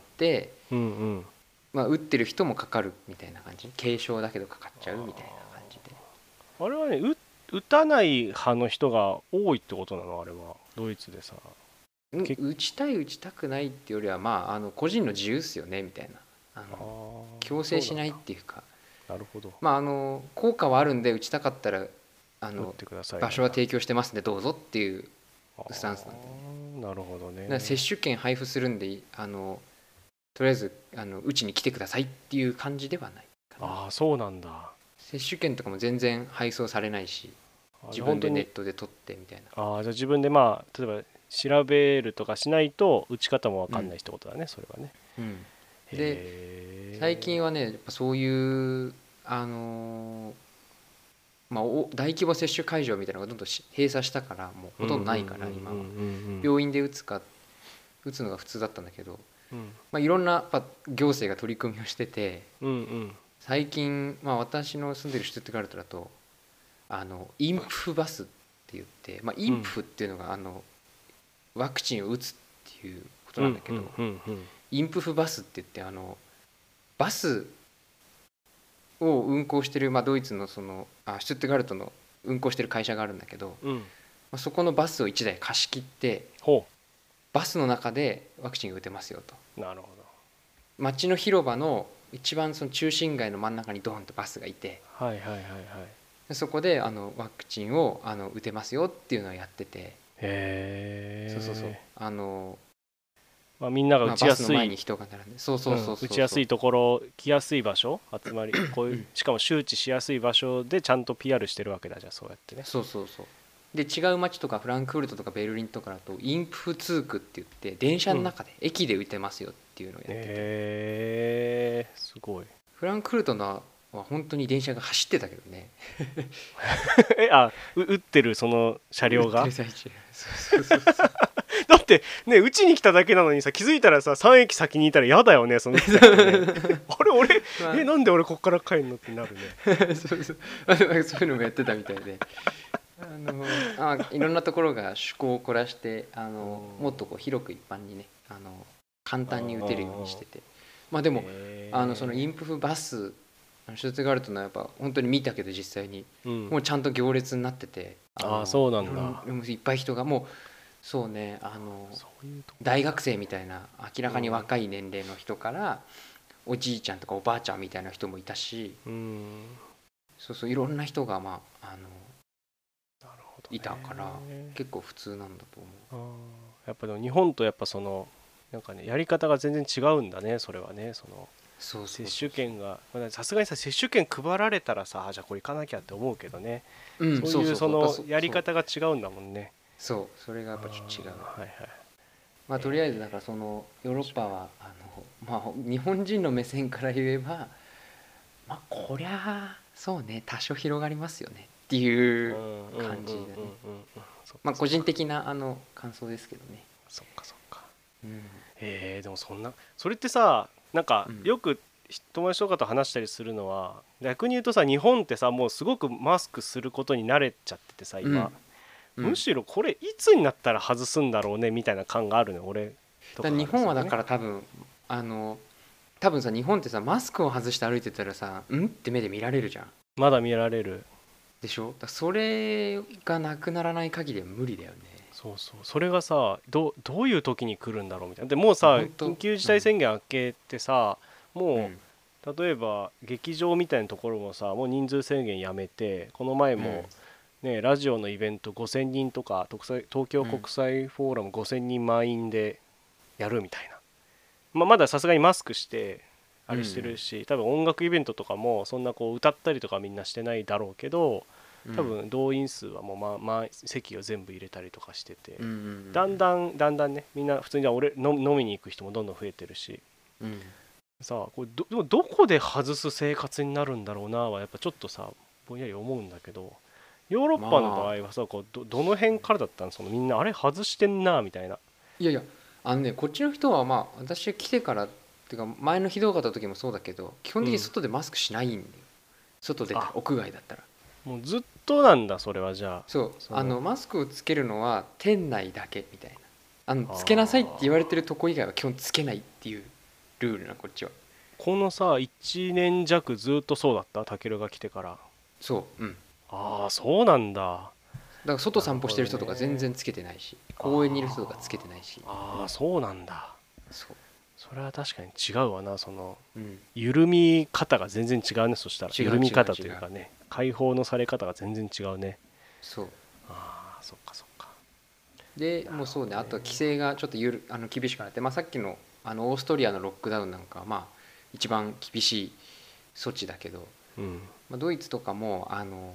B: うんうんうん。
A: まあ、打ってる人もかかるみたいな感じ、軽症だけどかかっちゃうみたいな感じで。
B: あれはね、打たない派の人が多いってことなの？あれはドイツでさ。け
A: 打ちたい打ちたくないっていうよりはまあ個人の自由っすよねみたいな、
B: ああ、
A: 強制しないっ
B: そうなんだ。
A: ていうか、
B: なるほど。
A: まあ効果はあるんで打ちたかったら
B: 打ってください
A: 場所は
B: なんだ。
A: 提供してますんでどうぞっていう
B: あ
A: スタンスなんでね。
B: あ、なるほど
A: だから
B: ね。
A: 接種券配布するんでとりあえずうちに来てくださいっていう感じではないかな。
B: ああ、そうなんだ。
A: 接種券とかも全然配送されないし、自分でネッ
B: 本当に。
A: トで取ってみたいな。
B: ああ、じゃあ自分でまあ例えば調べるとかしないと打ち方も分かんないってことだね、それはね。
A: うん、で最
B: へえ。
A: 近はねやっぱそういうまあ、大規模接種会場みたいなのがどんどん閉鎖したからもうほとんどないから今は病院で打つのが普通だったんだけど、まあ、いろんなやっぱ行政が取り組みをしてて、
B: うんうん
A: 最近、まあ、私の住んでるシュトゥットガルトだとインプバスって言って、まあ、インプっていうのがワクチンを打つっていうことなんだけど、インプフバスって言ってバスを運行してる、まあ、ドイツのシュトゥットガルトの運行してる会社があるんだけど、
B: うん。
A: まあ、そこのバスを1台貸し切って
B: ほ
A: バスの中でワクチンが打てますよと。
B: う。なるほ
A: 街の広場の一番その中心街の真ん中にドーンとバスがいて、
B: ど。はいはいはいはい。
A: でそこでワクチンを打てますよっていうのをやってて。そうそうそう
B: へえ。まあ、みんなが打
A: まあ、
B: ちやすい、
A: バスの前に人が並んで、そうそうそうそうそう、
B: 打ちやすいところ、来やすい場所、集まり、こういう、
A: うん、
B: しかも周知しやすい場所でちゃんと PR してるわけだ、じゃあそうやってね。
A: そうそうそう。で違う街とかフランクフルトとかベルリンとかだとインプツークって言って電車
B: うん。
A: の中で駅で打てますよっていうのをやってて、
B: へえ、すごい。
A: フランクフルトのは本当に電車が走ってたけどね。
B: 打ってるその車
A: 打ってる
B: 両が。
A: 最中、そうそうそうそう。
B: だってね、うちに来ただけなのにさ、気づいたらさ、3駅先にいたら嫌だよね、その打ってたらね。あれ、俺、
A: まあ
B: なんで俺こっから帰るのってなるね。
A: そうそう、そういうのもやってたみたいで、いろんなところが趣向を凝らしてもっとこう広く一般にね簡単に打てるようにしてて、まあでもそのインプフバスシュツットガルトのやっぱ本当に見たけど実際に
B: うん。
A: もうちゃんと行列になってて
B: ああ、そうなんだ。
A: いっぱい人がもうそうね
B: そういうとこ。
A: 大学生みたいな明らかに若い年齢の人からおじいちゃんとかおばあちゃんみたいな人もいたし、
B: うん。
A: そうそういろんな人が
B: なるほど
A: いたから
B: ね。
A: 結構普通なんだと思う。
B: やっぱでも日本とやっぱそのなんかね、やり方が全然違うんだね、それはね。その
A: そうそうそう
B: 接種券がさすがにさ接種券配られたらさじゃあこれ行かなきゃって思うけどね、
A: うん
B: そういうそのやり
A: そう
B: 方が違うんだもんね。
A: そうそれがやっぱちょっと違う。
B: はいはい。
A: まあとりあえずだからそのヨーロッパはまあ日本人の目線から言えばまあこりゃあそうね多少広がりますよねっていう感じだね。まあ個人的な感想ですけどね。
B: そっかそっか。
A: うん、
B: でもそれってさなんか
A: うん、
B: よく友達とかと話したりするのは逆に言うとさ日本ってさもうすごくマスクすることに慣れちゃっててさ今、むしろこれいつになったら外すんだろうねみたいな感があるね俺とか
A: だから日
B: からするとね。
A: 本はだから多分さ日本ってさマスクを外して歩いてたらさんって目で見られるじゃん。
B: まだ見られる。
A: でしょ。だからそれがなくならない限りは無理だよね。
B: そうそうそれがさどういう時に来るんだろうみたいな。でもうさ
A: 本当。
B: 緊急事態宣言明けてさ、も
A: うん
B: う例えば劇場みたいなところもさもう人数制限やめて、この前
A: うん
B: もねラジオのイベント5000人とか東京国
A: うん
B: 際フォーラム5000人満員でやるみたいな、まださすがにマスクしてあれしてるし、多分音楽イベントとかもそんなこう歌ったりとかみんなしてないだろうけど、多分動員数はもう席を全部入れたりとかしてて、だんだんねみんな普通に飲みに行く人もどんどん増えてるし、さあこれどこで外す生活になるんだろうなはやっぱちょっとさぼんやり思うんだけど、ヨーロッパの場合はさこうどの辺からだったの、そのみんなあれ外してんなみたいな。
A: いやいやこっちの人はまあ私が来てからっていうか前のひどかった時もそうだけど基本的に外でマスクしないんだよ、外出たら屋外だったら。
B: もうずっとなんだそれは。じゃあ
A: そうマスクをつけるのは店内だけみたいな、つけなさいって言われてるとこ以外は基本つけないっていうルールなこっちは。
B: このさ1年弱ずっとそうだったタケルが来てから。
A: そう
B: ああそうなんだ。
A: だから外散歩してる人とか全然つけてないし、公園にいる人とかつけてないし。
B: ああそうなんだ。
A: そう
B: それは確かに違うわな。その
A: うん
B: 緩み方が全然違うね。そしたら
A: 違う
B: 緩み方というかね解放のされ方が全然違うね。
A: そう
B: ああそっかそっか。
A: でもうそうね、あとは規制がちょっと厳しくなって、まあ、さっきのオーストリアのロックダウンなんかはまあ一番厳しい措置だけど、まあ、ドイツとかも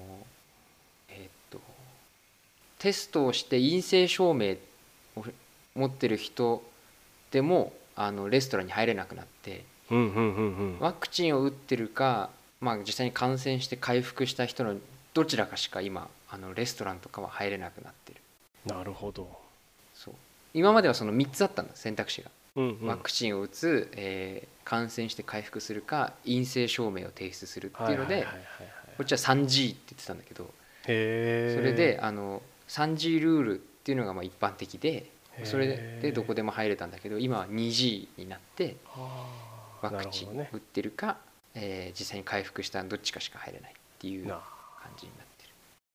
A: テストをして陰性証明を持ってる人でもレストランに入れなくなって、ワクチンを打ってるか、まあ、実際に感染して回復した人のどちらかしか今レストランとかは入れなくなってる。
B: なるほど。
A: そう今まではその3つあったんだ選択肢が、
B: うん
A: ワクチンを打つ、感染して回復するか陰性証明を提出するっていうので、こっちは 3G って言ってたんだけど、
B: へ
A: それで3G ルールっていうのがまあ一般的で、それでどこでも入れたんだけど、今は 2G になってワクチン打ってるか、実際に回復したどっちかしか入れないっていう感じになってる。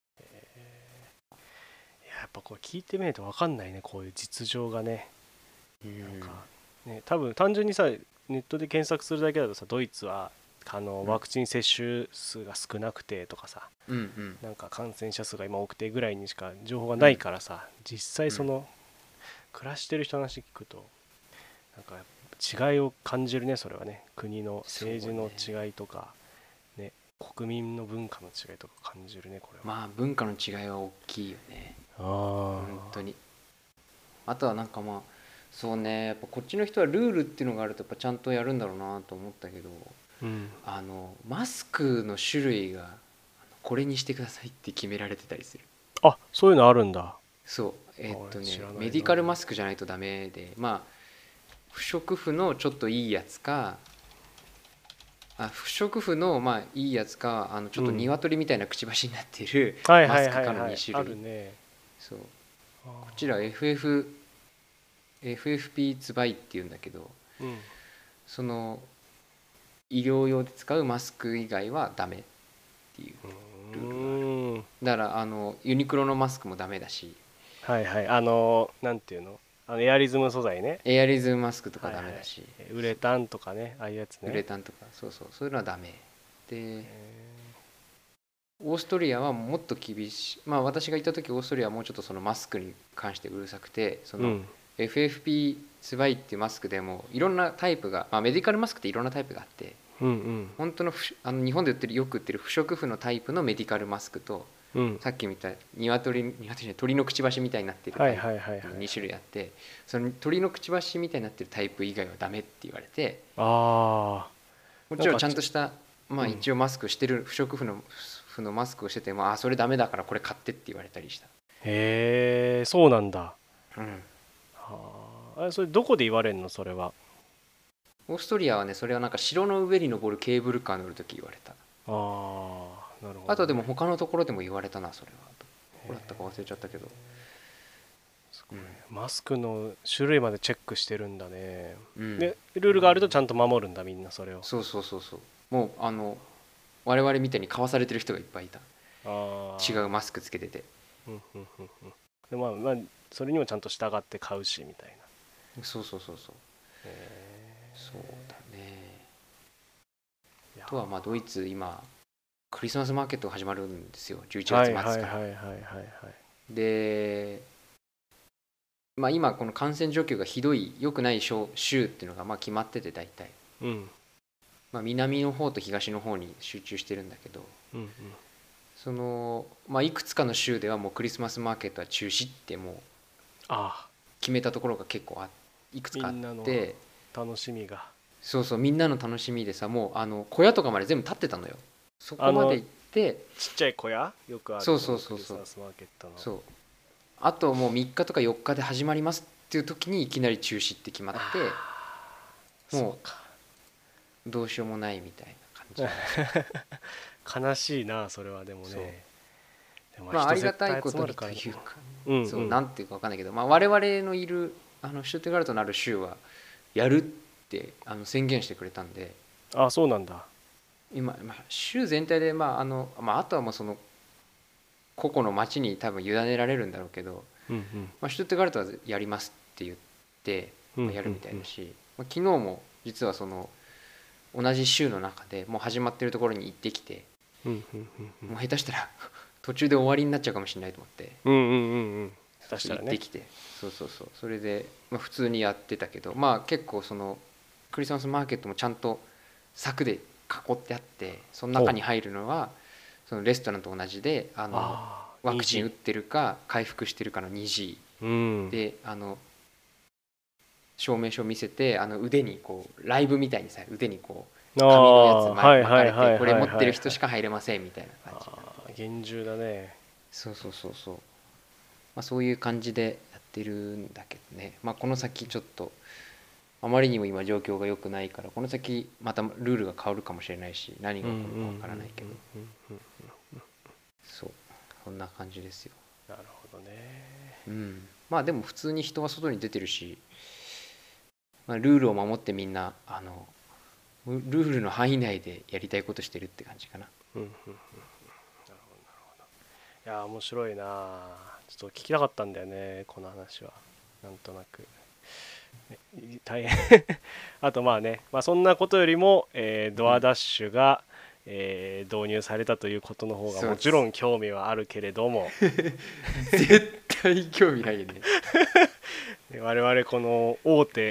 B: やっぱこれ聞いてみないと分かんないね、こういう実情がね。なんかね、多分単純にさネットで検索するだけだとさ、ドイツはワクチン接種数が少なくてとかさ、なんか感染者数が今多くてぐらいにしか情報がないからさ、実際その暮らしてる人の話聞くとなんか違いを感じるね。それはね、国の政治の違いとかね、国民の文化の違いとか感じるね、これは。
A: まあ文化の違いは大きいよね、本当に。あとはなんかまあそうね、やっぱこっちの人はルールっていうのがあるとやっぱちゃんとやるんだろうなと思ったけど、マスクの種類がこれにしてくださいって決められてたりする。
B: あ、そういうのあるんだ。
A: そうメディカルマスクじゃないとダメで、まあ不織布のちょっといいやつか、不織布のまあいいやつか、ちょっと鶏みたいなくちばしになっているマスクかの2種類。そうこちら FFP ツバイっていうんだけど、その医療用で使うマスク以外はダメっていうルールがある。だからユニクロのマスクもダメだし、
B: なんていうの、エアリズム素材ね、
A: エアリズムマスクとかダメだし、
B: ウレタンとかね、ああいうやつね、
A: ウレタンとかそういうのはダメで、オーストリアはもっと厳しい。まあ私が行った時オーストリアはもうちょっとそのマスクに関してうるさくて、その FFP2 っていうマスクでもいろんなタイプが、メディカルマスクっていろんなタイプがあって、本当の日本でよく売ってる不織布のタイプのメディカルマスクと、さっき見た鶏のくちばしみたいになってるタイプの2種類あって、その鳥のくちばしみたいになってるタイプ以外はダメって言われて、もちろんちゃんとした、一応マスクしてる不織布のマスクをしてても、それダメだからこれ買ってって言われたりした。
B: へえ、そうなんだ。それどこで言われるの？それは
A: オーストリアはね、それはなんか城の上に登るケーブルカー乗るとき言われた。
B: なるほど、ね、
A: あとでも他のところでも言われたな、それは。どこだったか忘れちゃったけど。
B: マスクの種類までチェックしてるんだね。でルールがあるとちゃんと守るんだ、みんなそれを。
A: そうもう我々みたいに買わされてる人がいっぱいいた。違うマスクつけてて。
B: でそれにもちゃんと従って買うしみたいな。
A: そうだね。あとはドイツ今クリスマスマーケットが始まるんですよ、11月末から。で、今この感染状況がひどい良くない州っていうのが決まってて、大体、南の方と東の方に集中してるんだけど、そのいくつかの州ではもうクリスマスマーケットは中止ってもう決めたところが結構いくつかあって、
B: 楽しみが、
A: みんなの楽しみでさ、もう小屋とかまで全部立ってたのよ。そこまで行って、
B: ちっちゃい小屋よくあるクリスマスマーケットの。
A: あともう3日とか4日で始まりますっていう時にいきなり中止って決まって、もうどうしようもないみたいな
B: 感じ。悲しいな、それは。でもね、
A: ありがたいことにというか、なんていうか分かんないけど、我々のいるシュトゥットガルトのある州はやるって宣言してくれたんで。
B: そうなんだ。
A: 今、州全体で、あとはもうその個々の町に多分委ねられるんだろうけど、シュトゥットガルトはやりますって言ってやるみたいだし、昨日も実はその同じ州の中でもう始まってるところに行ってきて、もう下手したら途中で終わりになっちゃうかもしれないと思って、行ってきて、それで普通にやってたけど、結構そのクリスマスマーケットもちゃんと柵で囲ってあって、その中に入るのはそのレストランと同じでワクチン打ってるか回復してるかの2時で、証明書を見せて腕にこうライブみたいにさ、腕にこう紙のやつ巻かれて、これ持ってる人しか入れませんみたいな感
B: じ。厳重だね。
A: そういう感じでやってるんだけどね。この先ちょっとあまりにも今状況が良くないから、この先またルールが変わるかもしれないし、何が起こるかわからないけど、そんな感じですよ。
B: なるほどね。
A: でも普通に人は外に出てるし、ルールを守ってみんなルールの範囲内でやりたいことしてるって感じかな。
B: なるほど。いや面白いな。ちょっと聞きたかったんだよね、この話は。なんとなく大変あとそんなことよりも、ドアダッシュが、導入されたということの方がもちろん興味はあるけれども
A: 絶対興味ないよね
B: 我々この大手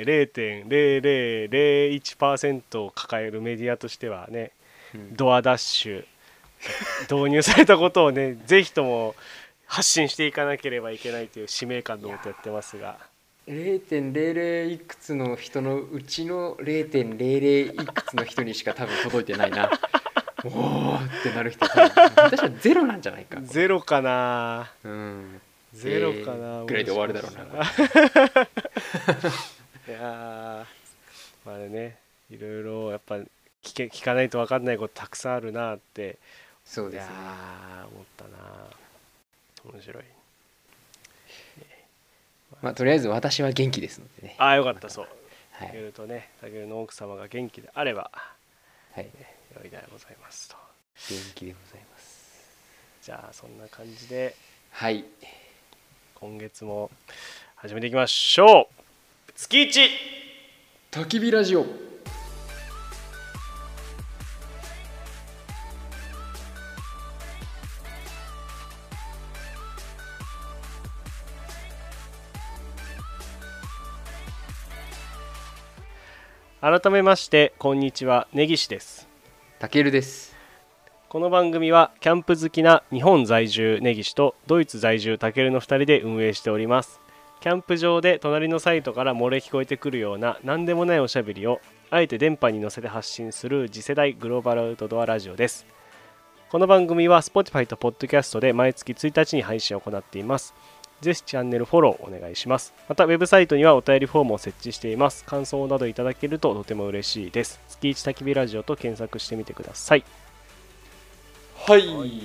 B: 0.0001% を抱えるメディアとしてはね、ドアダッシュ導入されたことをねぜひとも発信していかなければいけないという使命感のもとやってますが、
A: 0.00 いくつの人のうちの 0.00 いくつの人にしか多分届いてないなおーってなる人、私はゼロなんじゃないか。
B: ゼロかな、ゼロかな
A: ぐらいで終わるだろうな。
B: いやね、いろいろやっぱ聞かないと分かんないことたくさんあるなって。
A: そうですね。
B: 思ったな。面白い。
A: とりあえず私は元気ですのでね。
B: よかった。そう。先ほどね、先ほどの奥様が元気であれば、良いでございますと。
A: 元気でございます。
B: じゃあそんな感じで、今月も始めていきましょう。月1
A: 焚き火ラジオ。
B: 改めましてこんにちは、根岸です。
A: たけるです。
B: この番組はキャンプ好きな日本在住根岸とドイツ在住たけるの2人で運営しております。キャンプ場で隣のサイトから漏れ聞こえてくるような何でもないおしゃべりをあえて電波に乗せて発信する次世代グローバルアウトドアラジオです。この番組は Spotify と Podcast で毎月1日に配信を行っています。ぜひチャンネルフォローお願いします。またウェブサイトにはお便りフォームを設置しています。感想などいただけるととても嬉しいです。月一焚き火ラジオと検索してみてください。
A: はい、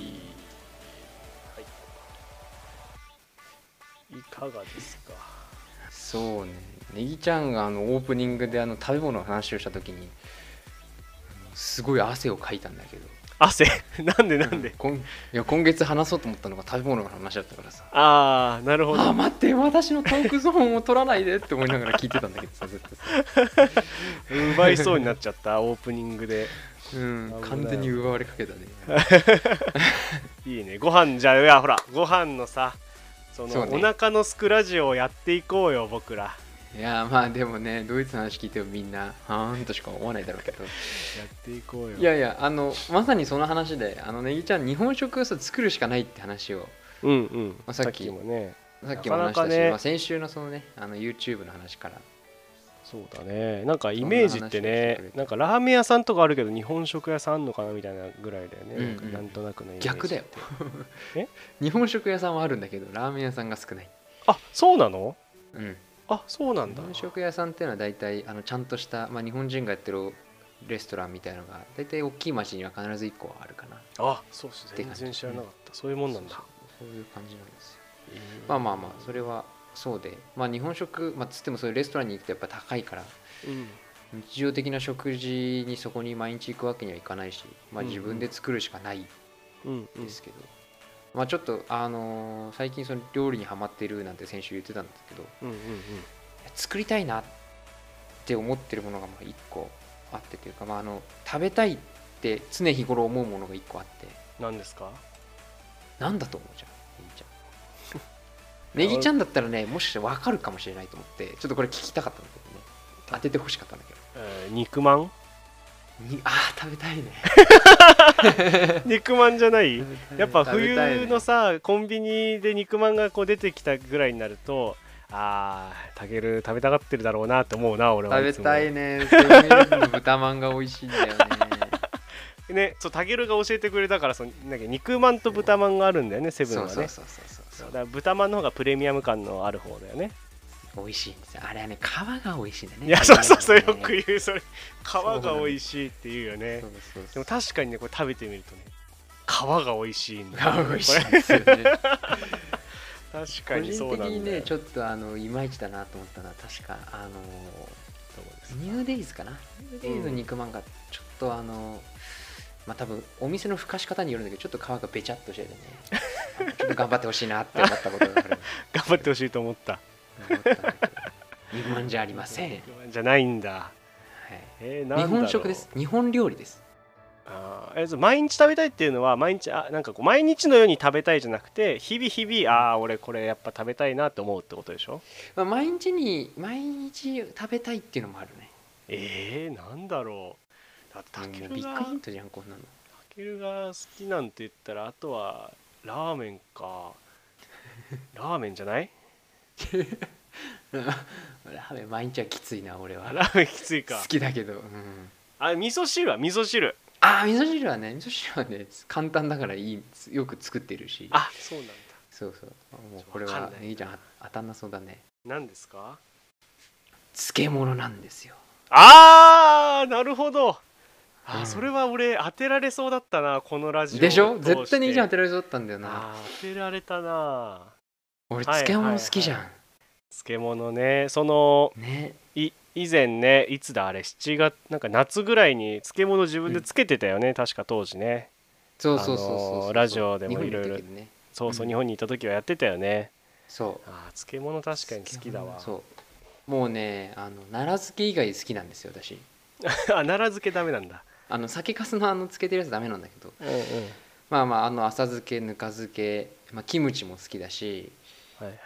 B: いかがですか。
A: そうね、ネギちゃんがオープニングで食べ物の話をした時にすごい汗をかいたんだけど。
B: 汗なんで、
A: いや今月話そうと思ったのが食べ物の話だったからさ。
B: ああ、なるほど。
A: 待って、私のトークゾーンを取らないでって思いながら聞いてたんだけどさ、ずっとさ
B: 奪いそうになっちゃったオープニングで。
A: 完全に奪われかけたね
B: いいね。ご飯じゃあ、いやほらご飯のさ、その
A: ね、
B: お腹のすくラジオをやっていこうよ僕ら。
A: いやまあでもね、ドイツの話聞いてもみんなはーんとしか思わないだろうけど、や
B: っていこうよ。
A: いやまさにその話で、ネギちゃん日本食を作るしかないって話を、さっきも話したし、ね、先週のそのねYouTube の話から。
B: そうだね、なんかイメージってね、なんかラーメン屋さんとかあるけど日本食屋さんあんのかなみたいなぐらいだよね、なんとなくのイメージ。
A: 逆だよ日本食屋さんはあるんだけどラーメン屋さんが少ない。
B: あ、そうなの？
A: あ、
B: そうなんだ。
A: 日本食屋さんっていうのは大体ちゃんとした、日本人がやってるレストランみたいなのが大体大きい町には必ず1個はあるかな。
B: あ、そうっす。全然知らなかった。そういうもんなんだ。
A: そういう感じなんですよ。まあそれはそうで、日本食、つってもそういうレストランに行くとやっぱ高いから、日常的な食事にそこに毎日行くわけにはいかないし、自分で作るしかないですけど、ちょっと最近その料理にハマってるなんて先週言ってたんですけど、作りたいなって思ってるものが1個あってというか、食べたいって常日頃思うものが1個あって。
B: 何ですか？
A: なんだと思うじゃん、ネギちゃん。ネギちゃんだったらね、もしかして分かるかもしれないと思ってちょっとこれ聞きたかったんだけどね、当ててほしかったんだけど。
B: 肉まん？
A: 食べたいね
B: 肉まんじゃない？やっぱ冬のさ、コンビニで肉まんがこう出てきたぐらいになると、たける食べたがってるだろうなって思うな、俺は。
A: 食べたいね。セブンイレブンの豚まんが美味しいんだよね
B: ね、そう、たけるが教えてくれたから、なんか肉まんと豚まんがあるんだよね、セブンはね。だから豚まんの方がプレミアム感のある方だよね。
A: 美味しいんですよ。あれはね、皮が美味しいんだね。
B: いや、そうよく言う、それ。皮が美味しいって言うよね。でも確かにね、これ食べてみるとね、皮が美味しいんだよ。
A: 美味しいですよね確
B: かにそうなんだよ。
A: 個人的にね、ちょっといまいちだなと思ったのは、確かニューデイズかな。ニューデイズの肉まんがちょっと多分お店のふかし方によるんだけど、ちょっと皮がべちゃっとしててねちょっと頑張ってほしいなって思ったことがある
B: 頑張ってほしいと思った。
A: 肉まんじゃありません。
B: 肉まんじゃないんだ。
A: 日本食です。日本料理です。
B: 毎日食べたいっていうのは毎日なんかこう毎日のように食べたいじゃなくて、日々俺これやっぱ食べたいなって思うってことでしょ？
A: 毎日食べたいっていうのもあるね。
B: なんだろう。だってたけるが
A: ビッグヒントじゃん、こんなの。
B: たけるが好きなんて言ったら、あとはラーメンか。ラーメンじゃない
A: ラーメン毎日はきついな、俺は。
B: ラーメンきついか。
A: 好きだけど。
B: 味噌汁は味噌汁。
A: 味噌汁はね簡単だからよく作ってるし。
B: そうなんだ。
A: そうもうこれはネギちゃん当たんなそうだね。
B: 何ですか？
A: 漬物なんですよ。
B: なるほど。それは俺当てられそうだったな、このラジオ
A: でしょ。絶対ネギちゃん当てられそうだったんだよな。
B: 当てられたな。
A: 俺漬物好きじゃん。
B: 漬物ね。以前ね、いつだあれ、7月なんか夏ぐらいに漬物自分でつけてたよね、確か当時ね。
A: そう
B: ラジオでもいろいろ、日本にいた時はやってたよね。漬物確かに好きだわ。
A: もうね、奈良漬け以外好きなんですよ、私。
B: 奈良漬けダメなんだ。
A: 酒粕の漬けてるやつダメなんだけど、浅漬け、ぬか漬け、キムチも好きだし、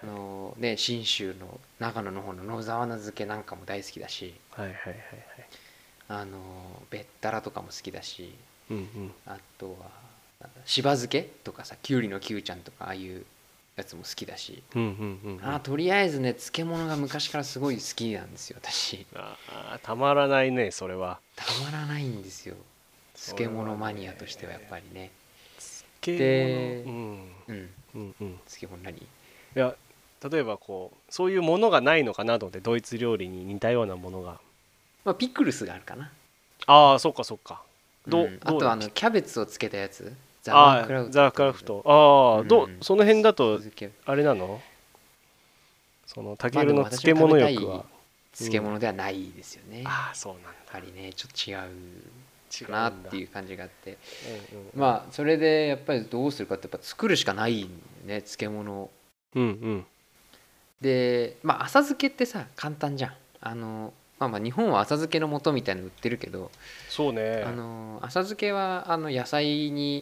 A: 信州の長野の方の野沢菜漬けなんかも大好きだし、 べったらとかも好きだし、
B: うんうん、
A: あとはしば漬けとかさ、きゅうりのきゅうちゃんとかああいうやつも好きだし、
B: うんうんうんうん、
A: とりあえずね漬物が昔からすごい好きなんですよ私。
B: たまらないねそれは。
A: たまらないんですよ、漬物マニアとしてはやっぱりね。
B: 漬物、
A: で、うん、
B: うんうん、
A: 漬物何？
B: いや例えばこうそういうものがないのかなと思って、ドイツ料理に似たようなものが。
A: ピクルスがあるかな。
B: ああそっかそっか。
A: あと
B: どうだ
A: キャベツをつけたやつ、ザワークラウト
B: ザークラフト、ああ、その辺だと
A: 漬け。
B: あれなの、そのタケル
A: でも
B: の漬物欲は。
A: 漬物ではないですよね、
B: ああそうなんだ。
A: やっぱりねちょっと違うかなっていう感じがあって、それでやっぱりどうするかって、やっぱ作るしかないんだよね漬物。
B: うんうん、
A: で浅漬けってさ簡単じゃん。日本は浅漬けの素みたいなの売ってるけど、
B: そうね、
A: 浅漬けは野菜に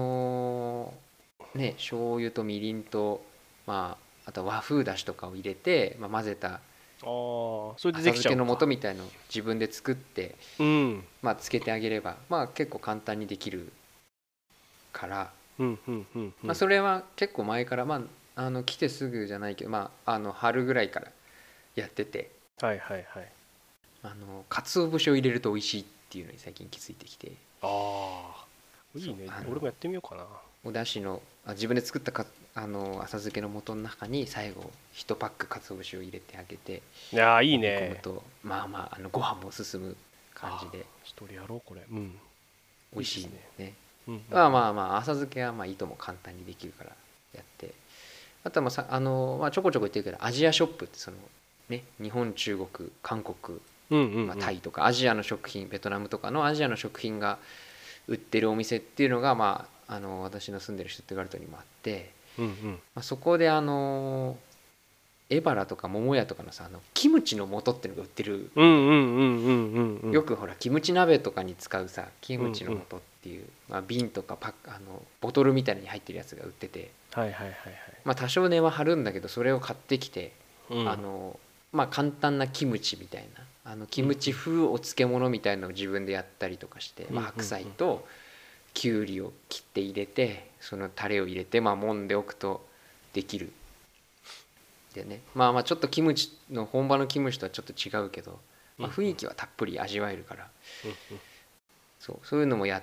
A: 醤油とみりんと、あと和風だしとかを入れて、混ぜた
B: それで
A: 浅
B: できちゃうか。
A: 漬けの素みたいのを自分で作って、
B: うん、
A: つけてあげれば、結構簡単にできるから、
B: うんうんうんうん、
A: それは結構前から、来てすぐじゃないけど、春ぐらいからやってて、
B: はいはいはい。
A: 鰹節を入れると美味しいっていうのに最近気づいてきて。
B: ああいいね、俺もやってみようかな。
A: お出汁の自分で作った浅漬けの素の中に最後1パック鰹節を入れてあげて、
B: いやいい
A: 込む
B: ね。
A: とご飯も進む感じで
B: 一人やろうこれ。うん、
A: 美味しい
B: いいです
A: ね。
B: うんうん、
A: 浅漬けはいとも簡単にできるからやって、あとはちょこちょこ言ってるけどアジアショップって日本、中国、韓国、
B: うんうんうん、
A: タイとかアジアの食品、ベトナムとかのアジアの食品が売ってるお店っていうのが、私の住んでるシュトゥットガルトにもあって、
B: うんうん、
A: そこでエバラとか桃屋とかのさキムチの素っていうのが売ってる。
B: うんうんうんうんうんうん、
A: よくほらキムチ鍋とかに使うさキムチの素っていう、瓶とかボトルみたいなのに入ってるやつが売ってて、
B: はいはいはいはい、
A: 多少値は張るんだけど、それを買ってきて、
B: うん、
A: 簡単なキムチみたいなキムチ風お漬物みたいなのを自分でやったりとかして、白菜ときゅうりを切って入れて、そのタレを入れて揉んでおくとできる。でね、ちょっとキムチの本場のキムチとはちょっと違うけど、雰囲気はたっぷり味わえるから、そういうのもやって、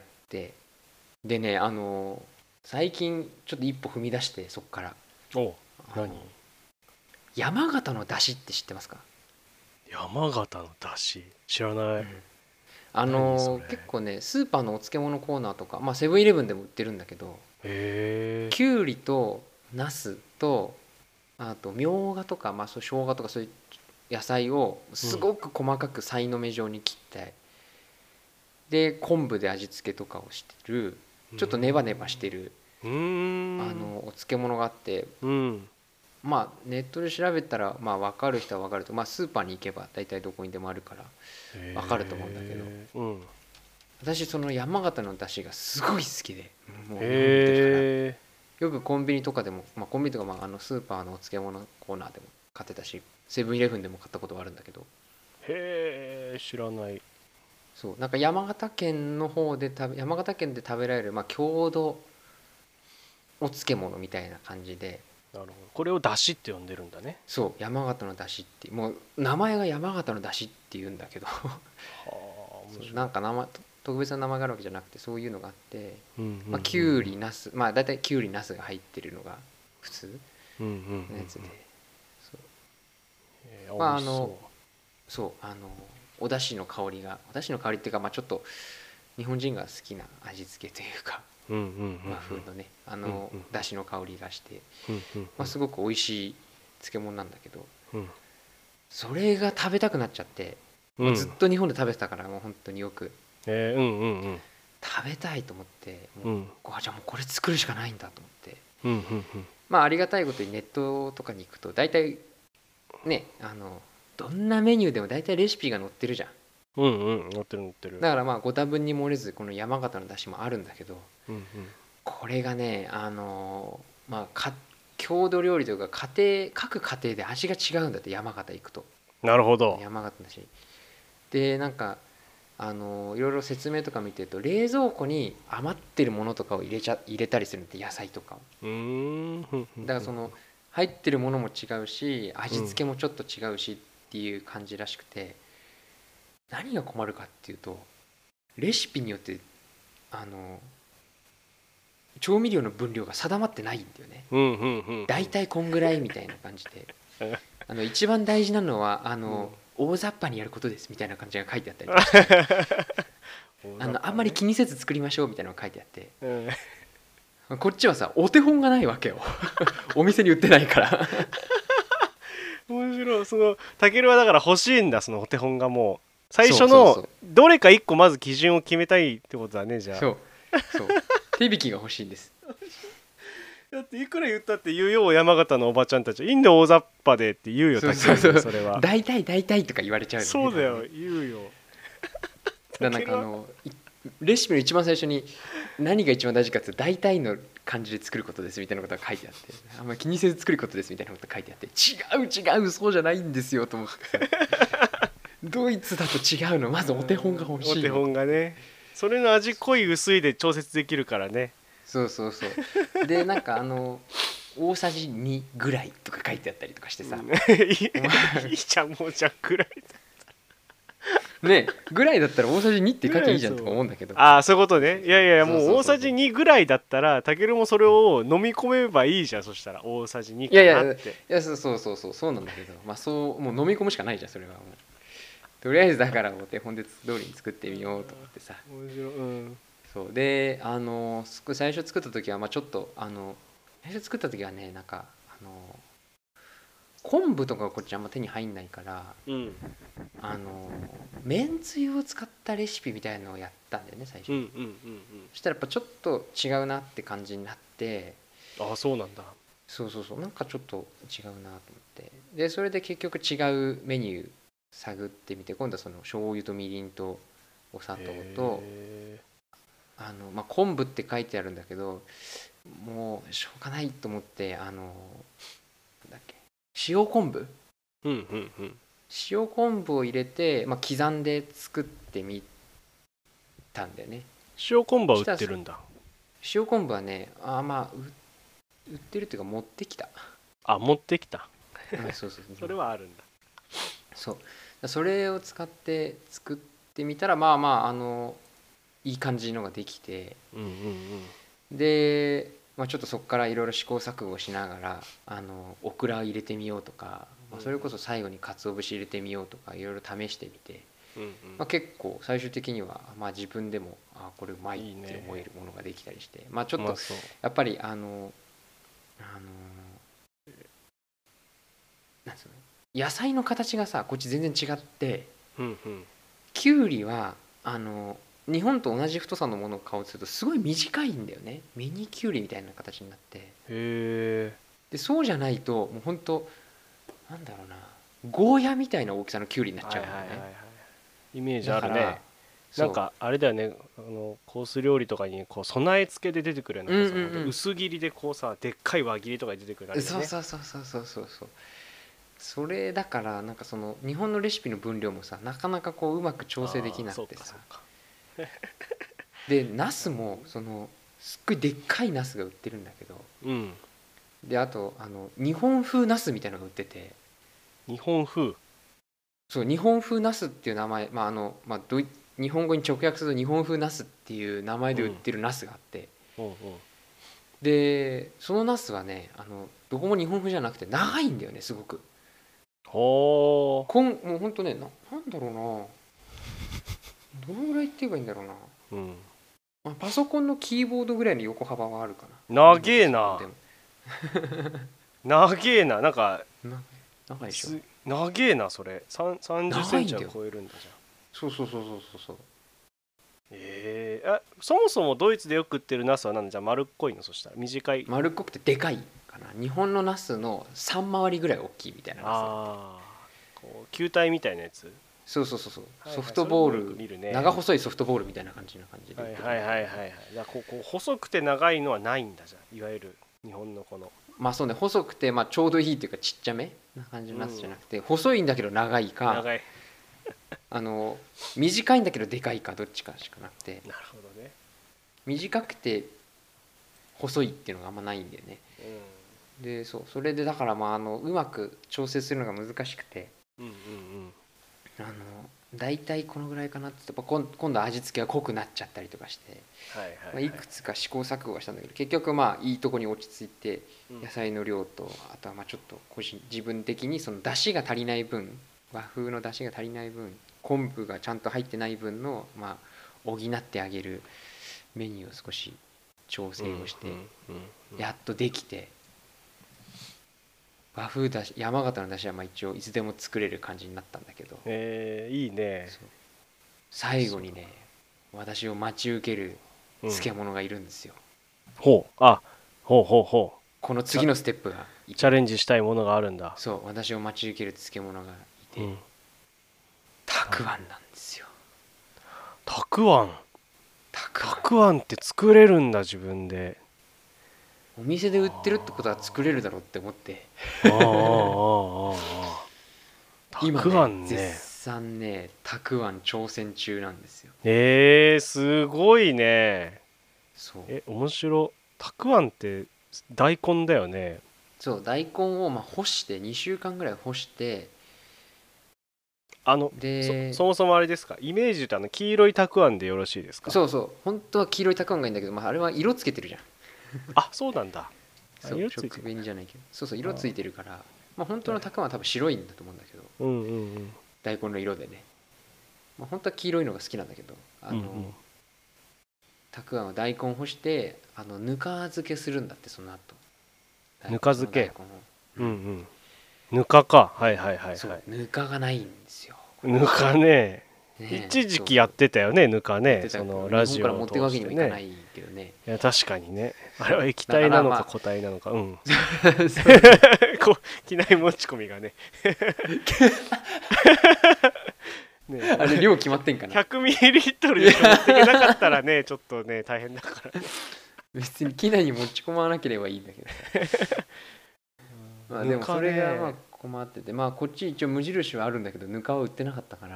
A: でね最近ちょっと一歩踏み出して、そっから
B: 何？
A: 山形の出汁って知ってますか？
B: 山形の出汁知らない、
A: 結構ねスーパーのお漬物コーナーとか、セブンイレブンでも売ってるんだけど、きゅうりとナスとあとみょうがとか、そう生姜とかそういう野菜をすごく細かくさいの目状に切って、で昆布で味付けとかをしてる、ちょっとネバネバしてるお漬物があって、ネットで調べたら分かる人は分かると、スーパーに行けば大体どこにでもあるから分かると思うんだけど、私その山形の出汁がすごい好きで、もう日本にいる時からよくコンビニとかでも、コンビニとかスーパーのお漬物コーナーでも買ってたし、セブンイレブンでも買ったことはあるんだけど。
B: へえ知らない。
A: そうなんか山形県の方で山形県で食べられる、郷土お漬物みたいな感じで。
B: なるほど、これを出汁って呼んでるんだね。
A: そう山形の出汁って、もう名前が山形の出汁って言うんだけどなんか特別な名前があるわけじゃなくて、そういうのがあって、きゅうりナス、だいたいきゅうりナスが入ってるのが普通のやつで、お出汁の香りっていうか、ちょっと日本人が好きな味付けというか、和風のね出汁の香りがして、すごく美味しい漬物なんだけど、それが食べたくなっちゃって、ずっと日本で食べてたから、もう本当によく食べたいと思って、じゃあもうこれ作るしかないんだと思って、ありがたいことにネットとかに行くと大体ねどんなメニューでも大体レシピが載ってるじゃん。
B: 載ってる。
A: だからご多分に漏れずこの山形の出汁もあるんだけど、これがね郷土料理というか各家庭で味が違うんだって、山形行くと。
B: なるほど。
A: 山形だしで、なんかいろいろ説明とか見てると冷蔵庫に余ってるものとかを入れたりするんで、野菜とかを。だからその入ってるものも違うし味付けもちょっと違うしっていう感じらしくて、何が困るかっていうとレシピによって調味料の分量が定まってないんだよね。だいたいこんぐらいみたいな感じで一番大事なのは大雑把にやることですみたいな感じが書いてあったりとかしてあんまり気にせず作りましょうみたいなのが書いてあって、こっちはさお手本がないわけよお店に売ってないから
B: 面白い。そのたけるはだから欲しいんだ、そのお手本が。もう最初のどれか一個まず基準を決めたいってことだね。じゃあ
A: そう手引きが欲しいんです
B: だっていくら言ったって言うよ、山形のおばちゃんたち。いいんだよ大雑把でって言うよ。
A: そ
B: れは
A: 大体とか言われちゃうよね。
B: そうだよ、言うよ。
A: だなんかレシピの一番最初に何が一番大事かって大体の感じで作ることですみたいなことが書いてあって、あんまり気にせず作ることですみたいなことが書いてあって、違うそうじゃないんですよと思ってドイツだと違うの。まずお手本が欲しい。
B: お手本がね、それの味濃い薄いで調節できるからね。
A: そうでなんか大さじ2ぐらいとか書いてあったりとかしてさ、
B: いいじゃんもうじゃぐらい
A: ねぐらいだったら大さじ2って書けいいじゃんとか思うんだけど、
B: ああそういうことね。いやもう大さじ2ぐらいだったらたけるもそれを飲み込めばいいじゃん。そしたら大さじ2かなって。
A: いやそうなんだけど、まあそうもう飲み込むしかないじゃんそれは。もうとりあえずだからお手本で通りに作ってみようと思ってさ。
B: 面白い。
A: そうで最初作った時はまあちょっと最初作った時はねなんか昆布とかこっちあんま手に入んないから、めんつゆを使ったレシピみたいなのをやったんだよね最初。そしたらやっぱちょっと違うなって感じになって、
B: ああそうなんだ。
A: そうなんかちょっと違うなと思って、でそれで結局違うメニュー探ってみて、今度はその醤油とみりんとお砂糖とまあ、昆布って書いてあるんだけどもうしょうがないと思ってなんだっけ塩昆布、塩昆布を入れて、まあ、刻んで作ってみたんだよね。
B: 塩昆布は売ってるんだ。
A: 塩昆布はねまあ売ってるっていうか持ってきた。
B: 持ってきた
A: そう
B: それはあるんだ。
A: それを使って作ってみたらまあいい感じのができて、で、まあ、ちょっとそこからいろいろ試行錯誤しながらオクラ入れてみようとか、まあ、それこそ最後に鰹節入れてみようとかいろいろ試してみて、まあ、結構最終的にはまあ自分でもこれうまいって思えるものができたりして、まあちょっとやっぱりなんつうの野菜の形がさこっち全然違って、きゅうりは日本と同じ太さのものを買おうとするとすごい短いんだよね。ミニきゅうりみたいな形になって、でそうじゃないともうほんとなんだろうなゴーヤみたいな大きさのきゅうりになっちゃうのね。
B: イメージあるね。なんかあれだよね、コース料理とかにこう備え付けで出てくるような薄切りでこうさでっかい輪切りとかで出てくるあれね。
A: そうそれだからなんかその日本のレシピの分量もさなかなかこううまく調整できなくてさでナスもすっごいでっかいナスが売ってるんだけど、であと日本風ナスみたいなのが売ってて。
B: 日本風
A: ナスっていう名前、まあ日本語に直訳すると日本風ナスっていう名前で売ってるナスがあって、でそのナスはねどこも日本風じゃなくて長いんだよねすごく。もうほんとねなんだろうなどのぐらいって言えばいいんだろうな、まあ、パソコンのキーボードぐらいの横幅はあるかな。
B: 長えななんか
A: 長いでしょ。
B: 長えなそれ30センチは超えるんだじゃん。そうそもそもドイツでよく売ってるナスは何じゃ丸っこいの？そしたら短い
A: 丸っこくてでかいかな。日本のナスの3回りぐらい大きいみたいなナス。
B: こう球体みたいなやつ。
A: そうソフトボール、長細いソフトボールみたいな感じで
B: こう細くて長いのはないんだじゃん。いわゆる日本のこの
A: まあそうね細くてちょうどいいというかちっちゃめな感じのナスじゃなくて、細いんだけど長いか短いんだけどでかいかどっちかしかなくて、
B: なるほどね。
A: 短くて細いっていうのがあんまないんだよね。でそれでだからうまく調整するのが難しくて、だいたいこのぐらいかなって言って、今度味付けが濃くなっちゃったりとかして、いくつか試行錯誤はしたんだけど、結局いいとこに落ち着いて、野菜の量と、あとはちょっと自分的にその出汁が足りない分、和風の出汁が足りない分、昆布がちゃんと入ってない分の補ってあげるメニューを少し調整をしてやっとできて、和風だし、山形のだしは一応いつでも作れる感じになったんだけど、
B: いいね。
A: 最後にね、私を待ち受ける漬物がいるんですよ。
B: ほう。
A: この次のステップが
B: チャレンジしたいものがあるんだ。
A: そう、私を待ち受ける漬物がいて、たくあんなんですよ。
B: たくあんって作れるんだ、自分で。
A: お店で売ってるってことは作れるだろうって思って、今ね、絶賛ね、たくあん挑戦中なんですよ。
B: すごいね。
A: そう、
B: 面白。たくあんって大根だよね。
A: そう、大根を干して2週間ぐらい干して、
B: で そもそもあれですか、イメージと黄色いたくあんでよろしいですか？
A: そうそう、本当は黄色いたくあんがいいんだけど、あれは色つけてるじゃん。
B: そうなんだ。
A: そう、食紅じゃないけど、そう色ついてるから、本当のたくあんは多分白いんだと思うんだけど、大根の色でね、本当は黄色いのが好きなんだけど、たくあんは大根干してぬか漬けするんだって。その後
B: ぬか漬け、ぬかか。
A: そう、ぬかがないんですよ。
B: ぬかね、一時期やってたよね、ぬかね。そのラジオ
A: を通してね。日本から持ってくわけにもいかないけどね。
B: いや確かにね。あれは液体なのか固体なのか。機内持ち込みがね。
A: あれ量決まってんかな。
B: 100ミリリットルでしか持っていけなかったらね、ちょっとね大変だから。
A: 別に機内に持ち込まなければいいんだけど。でもそれが困ってて、こっち一応無印はあるんだけど、ぬかは売ってなかったから。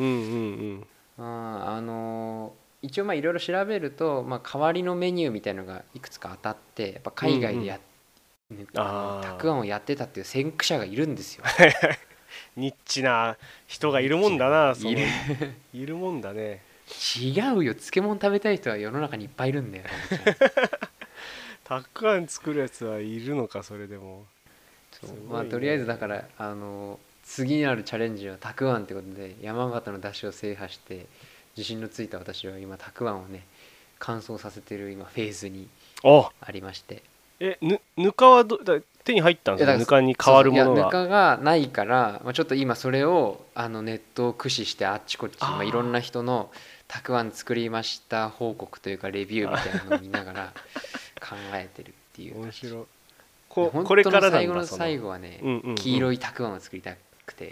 A: 一応いろいろ調べると、代わりのメニューみたいのがいくつか当たって、やっぱ海外でたくあんをやってたっていう先駆者がいるんですよ。
B: ニッチな人がいるもんだな。いるもんだね。
A: 違うよ、漬物食べたい人は世の中にいっぱいいるんだよ。
B: たくあん作るやつはいるのか、それでも。
A: とりあえずだから次なるチャレンジはたくあんってことで、山形の出汁を制覇して自信のついた私は今たくあんをね乾燥させてる今フェーズにありまして。
B: ぬかは手に入ったんですか？ぬかに変わるものが。
A: ぬかがないから、ちょっと今それをネットを駆使してあっちこっちいろんな人のたくあん作りました報告というかレビューみたいなのを見ながら考えてるっていう。
B: 面白い。
A: これから最後の最後はね、黄色いたくあんを作りたくて。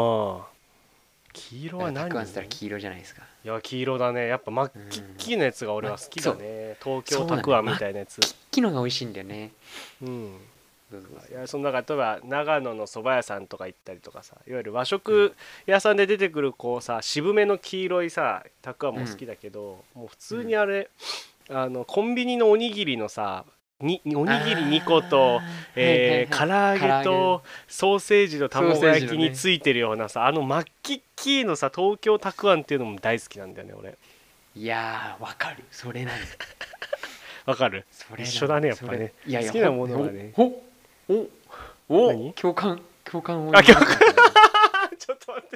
B: 黄色は何？
A: たくあんって言ったら黄色じゃないですか。
B: いや黄色だね。やっぱ真っ黄々のやつが俺は好きだね。東京たくあんみたいなやつ。
A: 真っ黄のが美味しいんだよね。
B: いや、その例えば長野の蕎麦屋さんとか行ったりとかさ、いわゆる和食屋さんで出てくる渋めの黄色いさたくあんも好きだけど、もう普通にあれ、コンビニのおにぎりのさおにぎり2個と唐揚げとソーセージの卵焼きについてるようなさ、真っ黄々のさ東京たくあんっていうのも大好きなんだよね、俺。
A: いやー、わかる。それなんだ。
B: わかる。一緒だね、やっぱね。好きなものはね。
A: 共感を。
B: ちょっと待って、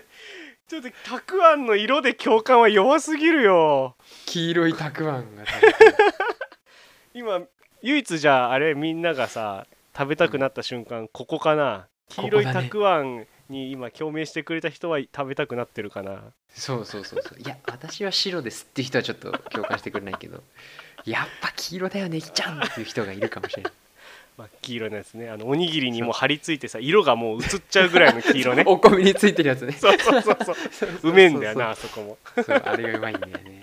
B: ちょっとたくあんの色で共感は弱すぎるよ。
A: 黄色いたくあんが
B: 今唯一じゃああれみんながさ食べたくなった瞬間、ここかな。黄色いたくあんに今共鳴してくれた人は食べたくなってるかな。
A: そういや私は白ですって人はちょっと共感してくれないけど、やっぱ黄色だよねきちゃんっていう人がいるかもしれない。
B: 黄色のやつね、おにぎりにも張り付いてさ色がもう映っちゃうぐらいの黄色ね。
A: お米についてるやつね。
B: そううめえんだよな、あそこも。
A: そう、あれがうまいんだよね。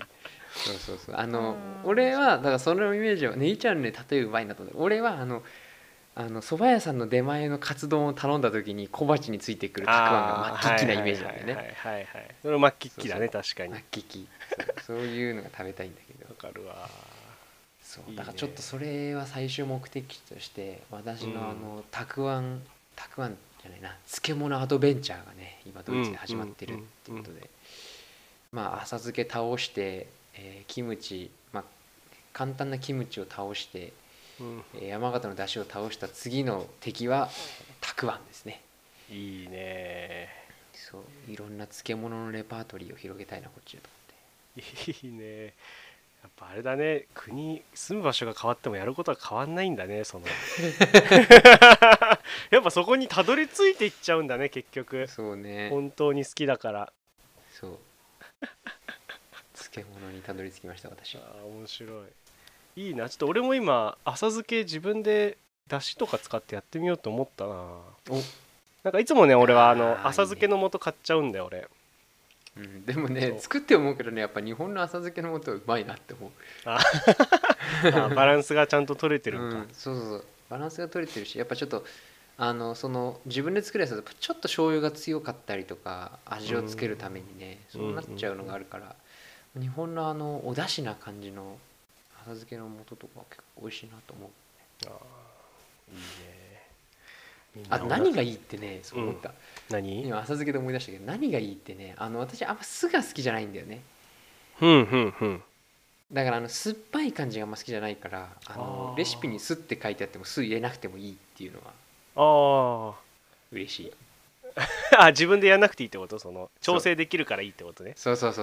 A: そう俺はだからそのイメージをねいちゃんね例えうまいなと思って、俺は蕎麦屋さんの出前のカツ丼を頼んだ時に小鉢についてくるたくあんが末期なイメージなんだよね。
B: はいはいはい、それ末期だね。確かに
A: 末期そういうのが食べたいんだけど。
B: わかるわ。
A: そうだからちょっとそれは最終目的地として私のたくあんじゃないな、漬物アドベンチャーがね今ドイツで始まってるっていうことで、まあ浅漬け倒して、キムチ、まあ簡単なキムチを倒して、山形の出汁を倒した次の敵はたくあんですね。
B: いいね。
A: そういろんな漬物のレパートリーを広げたいなこっちだと
B: 思って。いいね。やっぱあれだね、国住む場所が変わってもやることは変わんないんだね。そのやっぱそこにたどり着いていっちゃうんだね結局。
A: そうね、
B: 本当に好きだから。
A: そう漬物にたどり着きました私は。
B: 面白い。いいな。ちょっと俺も今浅漬け自分でだしとか使ってやってみようと思ったな。なんかいつもね俺は浅漬けの素買っちゃうんだよ俺。
A: でもね作って思うけどね、やっぱ日本の浅漬けの素はうまいなって思う。
B: バランスがちゃんと取れてるんだ。
A: そうバランスが取れてるし、やっぱちょっとその自分で作るやつだとちょっと醤油が強かったりとか味をつけるためにね、そうなっちゃうのがあるから、日本のおだしな感じの浅漬けの素とか結構美味しいなと思う。
B: いいね。
A: 何がいいってね、そう思った、
B: 何
A: 今浅漬けで思い出したけど、何がいいってね、私あんま酢が好きじゃないんだよね。だから酸っぱい感じがあんま好きじゃないから、レシピに酢って書いてあっても酢入れなくてもいいっていうのは嬉しい。
B: 自分でやらなくていいってこと？その調整できるからいいってことね。
A: そう
B: そう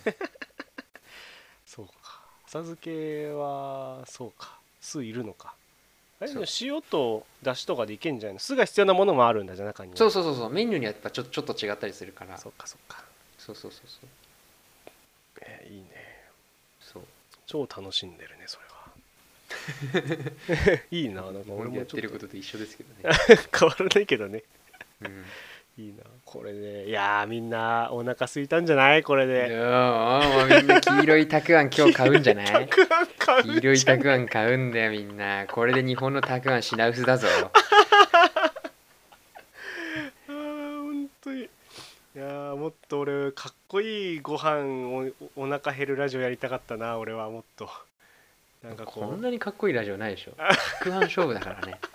B: か。浅漬けはそうか、酢いるのか。塩とだしとかでいけんじゃないの？酢が必要なものもあるんだじゃ中には。
A: そうメニューにはやっぱちょっと違ったりするから。
B: そうか
A: そう
B: いいね。
A: そう
B: 超楽しんでるねそれは。いいな。なんか
A: 俺もやってることと一緒ですけどね。
B: 変わらないけどね。いいなこれで。いやみんなお腹空いたんじゃないこれで。
A: みんな黄色いたくあん今日買うんじゃない黄色いたくあん買うんだよみんな。これで日本のたくあん品薄だぞ。
B: 本当に。いやもっと俺かっこいいご飯をお腹減るラジオやりたかったな。俺はもっと
A: なんかこんなにかっこいいラジオないでしょ。たくあん勝負だからね。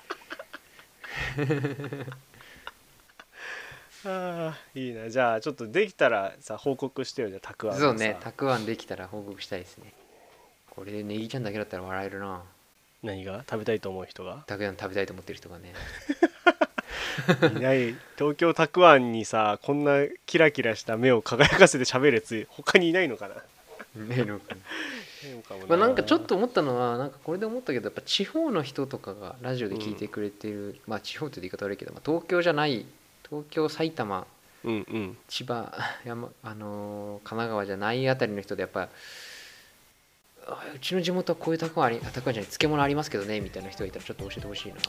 B: いいな。じゃあちょっとできたらさ報告してよ。じゃあたくあん。
A: そうね、たくあんできたら報告したいですね。これでネギちゃんだけだったら笑えるな。
B: 何が食べたいと思う人が？
A: たくあん食べたいと思ってる人がね。
B: いない。東京たくあんにさこんなキラキラした目を輝かせて喋るやつ他にいないのかな。
A: ないのかな。なんかちょっと思ったのは、なんかこれで思ったけど、やっぱ地方の人とかがラジオで聞いてくれてる、まあ地方って言い方悪いけど、東京じゃない、東京埼玉、千葉神奈川じゃないあたりの人でやっぱうちの地元はこういうたくあんじゃない漬物ありますけどねみたいな人がいたらちょっと教えてほしいな。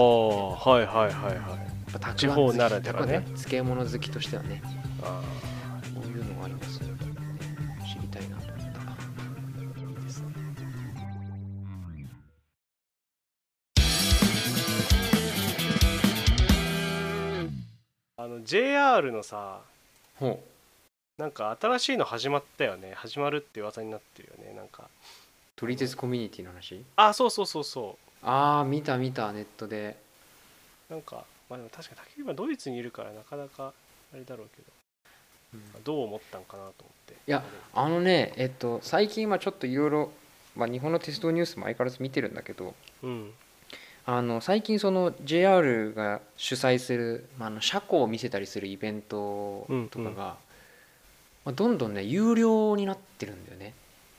B: 地方ならではね。
A: 漬物好きとしてはね、こういうのがありますよね。知りたいなと思った。いいですね。
B: JR のさ、なんか新しいの始まったよね。始まるって噂になってるよね。なんか
A: 撮り鉄コミュニティの話。
B: そう
A: 見たネットで。
B: なんかでも確かに今ドイツにいるからなかなかあれだろうけど、どう思ったんかなと思って。
A: いや最近ちょっといろいろ日本の鉄道ニュースも相変わらず見てるんだけど、最近その JR が主催する、車庫を見せたりするイベントとかが、どんどんね有料になってるんだよね。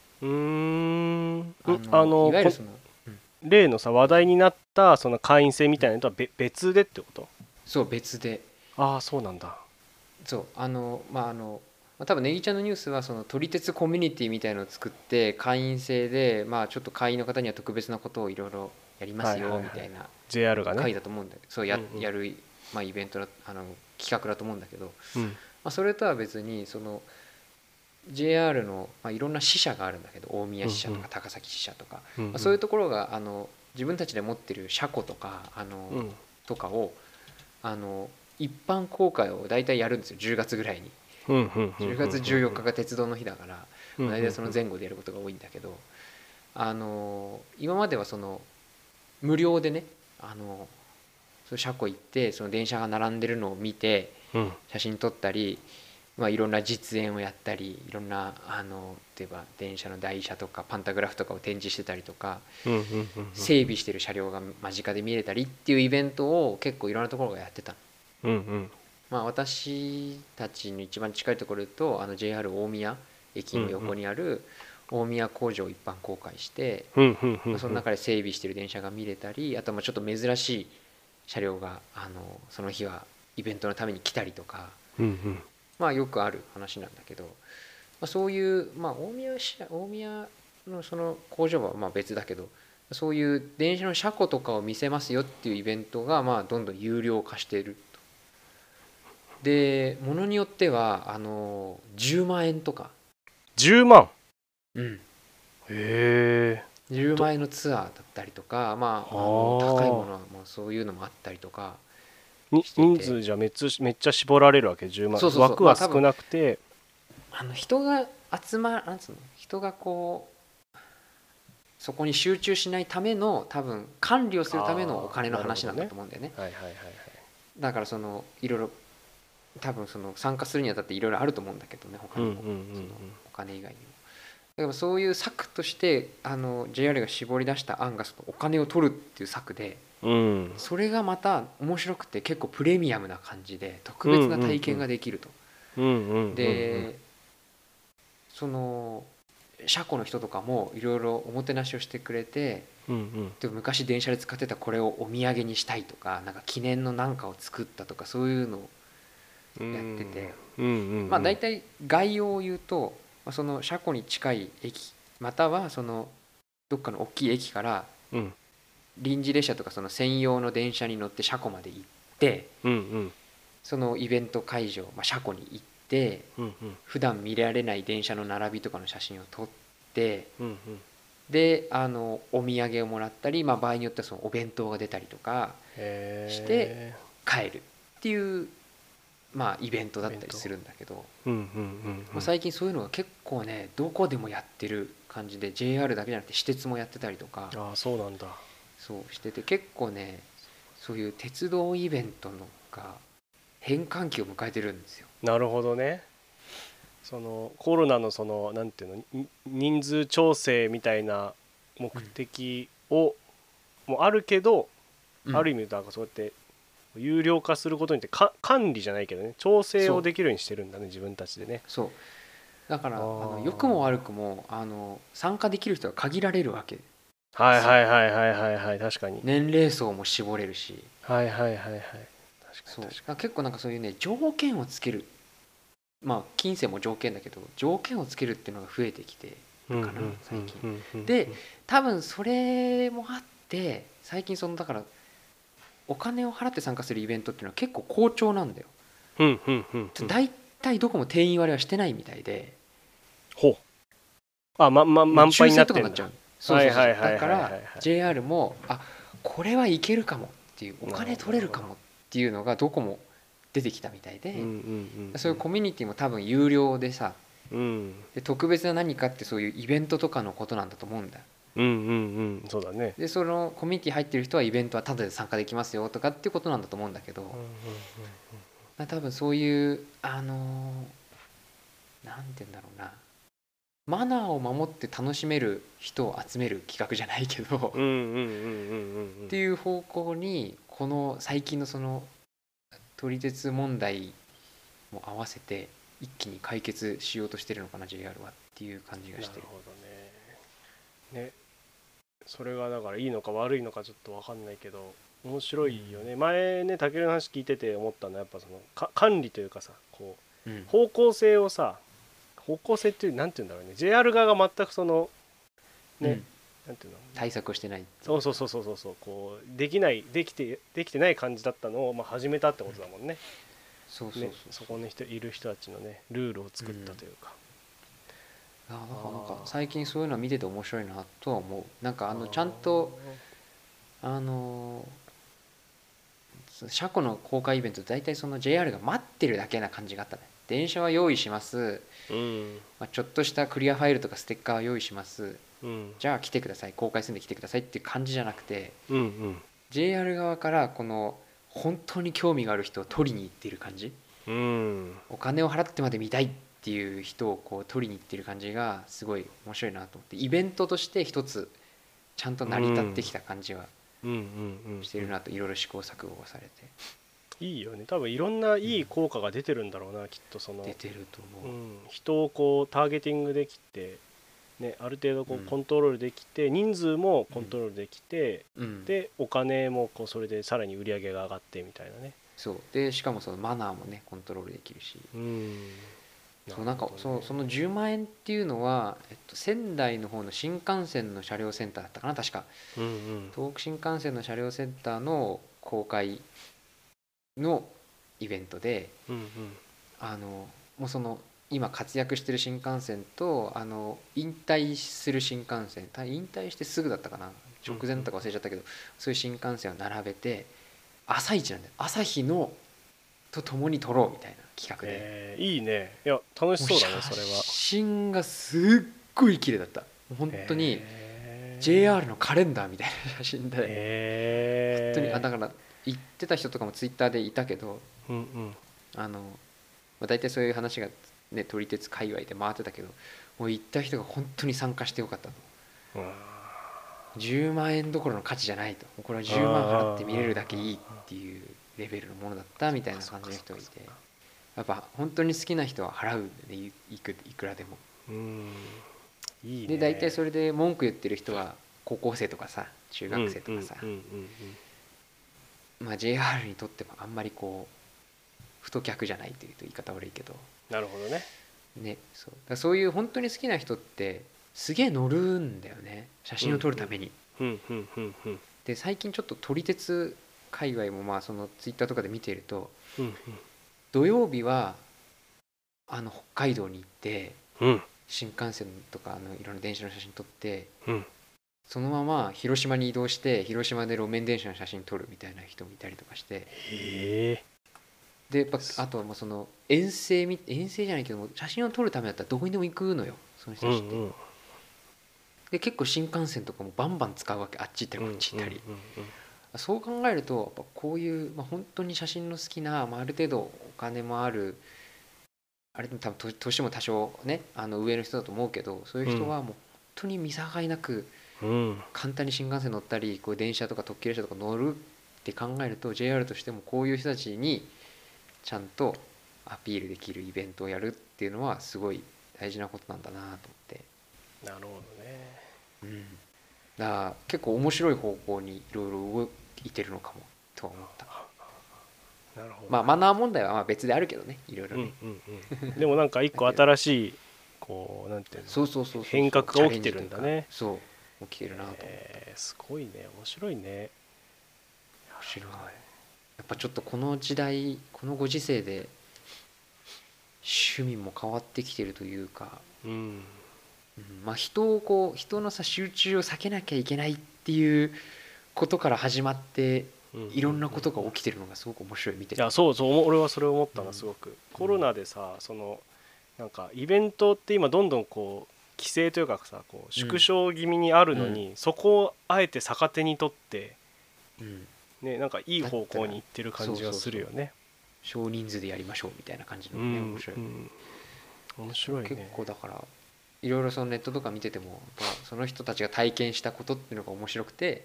A: いわゆるその
B: 例のさ話題になったその会員制みたいなのとは別でってこと？
A: そう別で。
B: そうなんだ。
A: そう多分ネギちゃんのニュースはその撮り鉄コミュニティみたいのを作って会員制でちょっと会員の方には特別なことをいろいろやりますよみたいな
B: JR がね
A: 会だと思うんだけど、そうやるイベントだ企画だと思うんだけど、それとは別にその JR のいろんな支社があるんだけど、大宮支社とか高崎支社とかそういうところが自分たちで持ってる車庫とか
B: うん
A: とかを一般公開を大体やるんですよ、10月ぐらいに。10月14日が鉄道の日だから、大体その前後でやることが多いんだけど、今まではその無料でね、その車庫行ってその電車が並んでるのを見て写真撮ったり、いろんな実演をやったり、いろんな例えば電車の台車とかパンタグラフとかを展示してたりとか、整備してる車両が間近で見れたりっていうイベントを結構いろんなところがやってたの。私たちの一番近いところで言うとJR 大宮駅の横にある大宮工場を一般公開して、その中で整備してる電車が見れたり、あとちょっと珍しい車両がその日はイベントのために来たりとか、よくある話なんだけど、そういう、大宮のその工場は別だけど、そういう電車の車庫とかを見せますよっていうイベントがどんどん有料化していると。でものによっては10万円とか。
B: 10万。
A: うん。
B: へえ。
A: 10万円のツアーだったりとか、高いものはそういうのもあったりとか
B: 人数じゃめっちゃ絞られるわけ。10万。枠は少なくて、
A: 人がなんつうの、人がこうそこに集中しないための多分管理をするためのお金の話なんだと思うんだよね。だからそのいろいろ多分その参加するにあたっていろいろあると思うんだけどね、他にもお金以外にも。だからそういう策としてJR が絞り出した案がそのお金を取るっていう策で、それがまた面白くて結構プレミアムな感じで特別な体験ができると。でその車庫の人とかもいろいろおもてなしをしてくれて、で昔電車で使ってたこれをお土産にしたいとか、なんか記念のなんかを作ったとか、そういうのをやってて、大体概要を言うと、その車庫に近い駅またはそのどっかの大きい駅から臨時列車とかその専用の電車に乗って車庫まで行って、そのイベント会場、車庫に行って、普段見られない電車の並びとかの写真を撮って、でお土産をもらったり、場合によってはそのお弁当が出たりとかして帰るっていうイベントだったりするんだけど、最近そういうのが結構ねどこでもやってる感じで、 JR だけじゃなくて私鉄もやってたりとか。
B: そうなんだ。
A: そうしてて、結構ねそういう鉄道イベントのが変換期を迎えてるんですよ。
B: なるほどね。そのコロナのそのなんていうの、人数調整みたいな目的もあるけど、ある意味だからそうやって有料化することによって管理じゃないけどね、調整をできるようにしてるんだね、自分たちでね。
A: そうだから良くも悪くも参加できる人が限られるわけ。
B: 確かに
A: 年齢層も絞れるし。
B: 確かに
A: 結構なんかそういうね条件をつける、金銭も条件だけど条件をつけるっていうのが増えてきてるかな最近で。多分それもあって最近そのだからお金を払って参加するイベントっていうのは結構好調なんだよ。だいたいどこも定員割れはしてないみたいで、
B: 満杯になってるんだ。
A: だから JR もこれはいけるかもっていう、お金取れるかもっていうのがどこも出てきたみたいで、そういうコミュニティも多分有料でさ、で特別な何かってそういうイベントとかのことなんだと思うんだ。
B: そうだね。
A: でそのコミュニティ入ってる人はイベントはタダで参加できますよとかっていうことなんだと思うんだけど、多分そういうなんて言うんだろうな、マナーを守って楽しめる人を集める企画じゃないけどっていう方向にこの最近のその撮り鉄問題も合わせて一気に解決しようとしてるのかな JR はっていう感じがしてる。
B: なるほどね。それがだからいいのか悪いのかちょっと分かんないけど面白いよね。前ね武尊の話聞いてて思ったのはやっぱその管理というかさ、こう、方向性をさ、方向性ってなんていうんだろうね、 JR 側が全くそのね、なんていうの、
A: 対策をしてない。
B: そうこうできてない感じだったのを始めたってことだもんね。そこにいる人たちのねルールを作ったというか。
A: なんか最近そういうのは見てて面白いなとは思う。なんかちゃんとあの車庫の公開イベント大体その JR が待ってるだけな感じがあったね。電車は用意します、ちょっとしたクリアファイルとかステッカーは用意します、じゃあ来てください、公開するんで来てくださいっていう感じじゃなくて、JR 側からこの本当に興味がある人を取りに行っている感じ、お金を払ってまで見たいっていう人をこう取りに行っている感じがすごい面白いなと思って、イベントとして一つちゃんと成り立ってきた感じはしてるなと、いろいろ試行錯誤されて
B: いいよね。多分いろんないい効果が出てるんだろうな、きっと。その
A: 出てると思う、
B: 人をこうターゲティングできて、ね、ある程度こうコントロールできて、人数もコントロールできて、でお金もこうそれでさらに売り上げが上がってみたいなね。
A: そうで、しかもそのマナーもねコントロールできるし、そうなんかその10万円っていうのは、仙台の方の新幹線の車両センターだったかな確か、東北新幹線の車両センターの公開のイベントで、もうその今活躍してる新幹線と引退する新幹線、引退してすぐだったかな、直前だったか忘れちゃったけど、そういう新幹線を並べて朝一なんだよ、朝日のと共に撮ろうみたいな企画で、
B: いいね。いや楽しそうだねそれは。
A: 写真がすっごい綺麗だった。本当に JR のカレンダーみたいな写真で、本当にだから行ってた人とかもツイッターでいたけど、大体そういう話がね撮り鉄界隈で回ってたけど、もう行った人が本当に参加してよかったと。10万円どころの価値じゃないと、これは10万払って見れるだけいいっていうレベルのものだったみたいな感じの人がいて、やっぱ本当に好きな人は払うでね、いくらでも。
B: いいね。
A: で大体それで文句言ってる人は高校生とかさ、中学生とかさ、JR にとってもあんまりこう太客じゃないというと言い方悪いけど、
B: なるほどね。
A: そういう本当に好きな人ってすげえ乗るんだよね、写真を撮るために。で最近ちょっと撮り鉄界隈もそのツイッターとかで見ていると、土曜日は北海道に行って、新幹線とかいろんな電車の写真撮って、そのまま広島に移動して広島で路面電車の写真撮るみたいな人もいたりとかして、でやっぱあとはもうその遠征じゃないけども、写真を撮るためだったらどこにでも行くのよその人たちって。で結構新幹線とかもバンバン使うわけ、あっち行ったりこっち行ったり。そう考えるとやっぱこういう、本当に写真の好きな、ある程度お金もある、あれでも多分年も多少ね上の人だと思うけど、そういう人はもう本当に見境なく簡単に新幹線乗ったりこう電車とか特急列車とか乗るって考えると、 JR としてもこういう人たちにちゃんとアピールできるイベントをやるっていうのはすごい大事なことなんだなと思って。
B: なるほどね。
A: だから結構面白い方向にいろいろ動いてるのかもとは思った。
B: なるほど。
A: マナー問題は別であるけどね、いろいろね。
B: でもなんか一個新しいこうなんていうの、変革が起きてるんだね。
A: そう起きてるなと思って、
B: すごいね、面白いね。面
A: 白い。やっぱちょっとこの時代、このご時世で趣味も変わってきてるというか、人の集中を避けなきゃいけないっていうことから始まって、いろんなことが起きてるのがすごく面白い見てて。
B: いやそう俺はそれを思ったな、すごく。コロナでさ、そのなんかイベントって今どんどんこう規制というかさ、こう縮小気味にあるのに、そこをあえて逆手にとって、なんかいい方向に行ってる感じがするよね。
A: 少人数でやりましょうみたいな感じのね、面白い。
B: 面白いね。
A: 結構だからいろいろそのネットとか見てても、その人たちが体験したことっていうのが面白くて、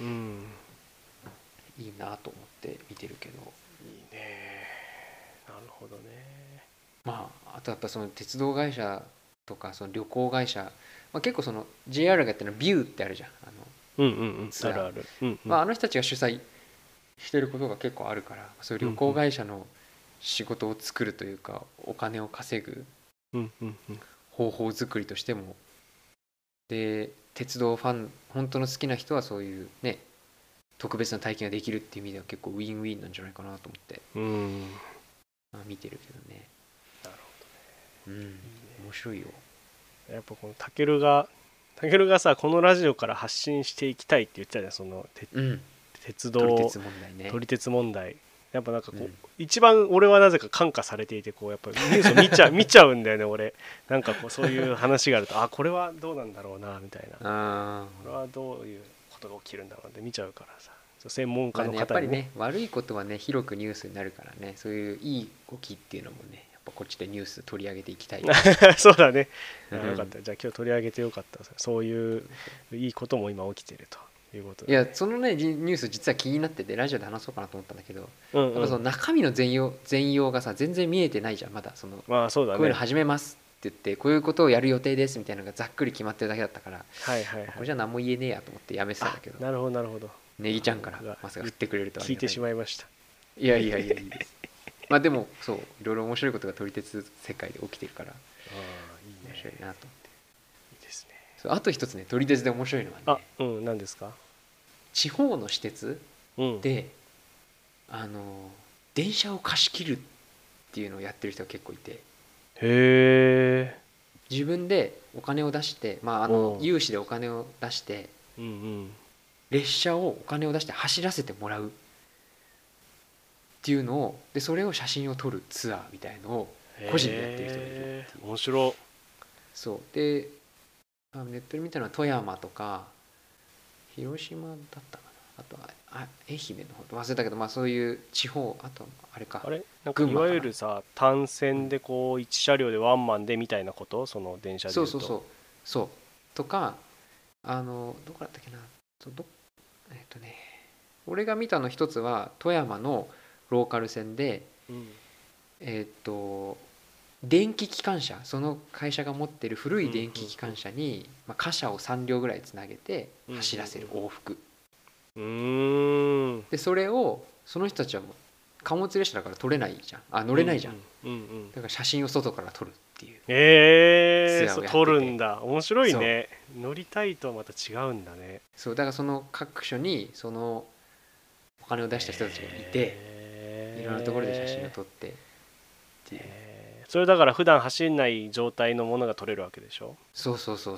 A: いいなと思って見てるけど。
B: いいね。なるほどね。
A: あとやっぱその鉄道会社とかその旅行会社、結構その JR がやってるのビューってあるじゃん、ツアー。
B: ある。
A: あの人たちが主催してることが結構あるから、そういう旅行会社の仕事を作るというか、お金を稼ぐ方法作りとしても、で鉄道ファン本当の好きな人はそういうね特別な体験ができるっていう意味では結構ウィンウィンなんじゃないかなと思って見てるけどね。
B: なるほどね。
A: 面白いよ。
B: やっぱこのタケルがタケルがさこのラジオから発信していきたいって言ってたじゃん、その鉄道
A: 撮り鉄問題ね。
B: 撮り鉄問題やっぱなんかこう、
A: うん
B: 一番俺はなぜか感化されていて、こうやっぱニュースを見ちゃうんだよね俺。なんかこうそういう話があるとこれはどうなんだろうなみたいな、これはどういうことが起きるんだろうって見ちゃうからさ、専門家の
A: やっぱり
B: 方にね、
A: ね悪いことはね広くニュースになるからね、そういういい動きっていうのもねやっぱこっちでニュース取り上げていきたい
B: そうだね、
A: うん
B: よかった。じゃあ今日取り上げてよかった。そういういいことも今起きてるということ
A: い
B: で、
A: やそのねニュース実は気になっててラジオで話そうかなと思ったんだけど、
B: うんうん、
A: やっぱその中身の全容がさ全然見えてないじゃんまだ。その
B: まあそうだね、
A: こういうの始めますって言ってこういうことをやる予定ですみたいなのがざっくり決まってるだけだったから、
B: はいはいはい、
A: これじゃ何も言えねえやと思ってやめてたんだけど、
B: なるほどなるほど、
A: ネギちゃんからまさか振ってくれるとは
B: 聞いてしまいました。
A: いやいやいやいいですまあでもそういろいろ面白いことが撮り鉄世界で起きてるから
B: いいね、
A: 面白いなと思って。
B: いいですね。
A: そうあと一つね撮り鉄で面白いのはね、
B: 何ですか。
A: 地方の私鉄
B: うん、
A: で電車を貸し切るっていうのをやってる人が結構いて、
B: へえ、
A: 自分でお金を出して、融資でお金を出して
B: うんうん、
A: 列車をお金を出して走らせてもらうっていうのをでそれを写真を撮るツアーみたいのを個人でやってる人がいるっていう。
B: 面白。
A: そうでネットで見たのは富山とか広島だったかな、あとは愛媛の方忘れたけど、まあそういう地方、あとあれか
B: なんかいわゆるさ単線でこう1車両でワンマンでみたいなこと、その電車でいうと
A: そうとかどこだったっけな、俺が見たの一つは富山のローカル線で、電気機関車、その会社が持ってる古い電気機関車に貨車を3両ぐらいつなげて走らせる往復で、それをその人たちはもう貨物列車だから撮れないじゃん、乗れないじゃん、だから写真を外から撮るっていう
B: そう撮るんだ。面白いね。乗りたいとはまた違うんだね。
A: そうだからその各所にそのお金を出した人たちがいて、いろんなところで写真を撮ってっていう、
B: それだから普段走んない状態のものが撮れるわけでしょ。
A: そう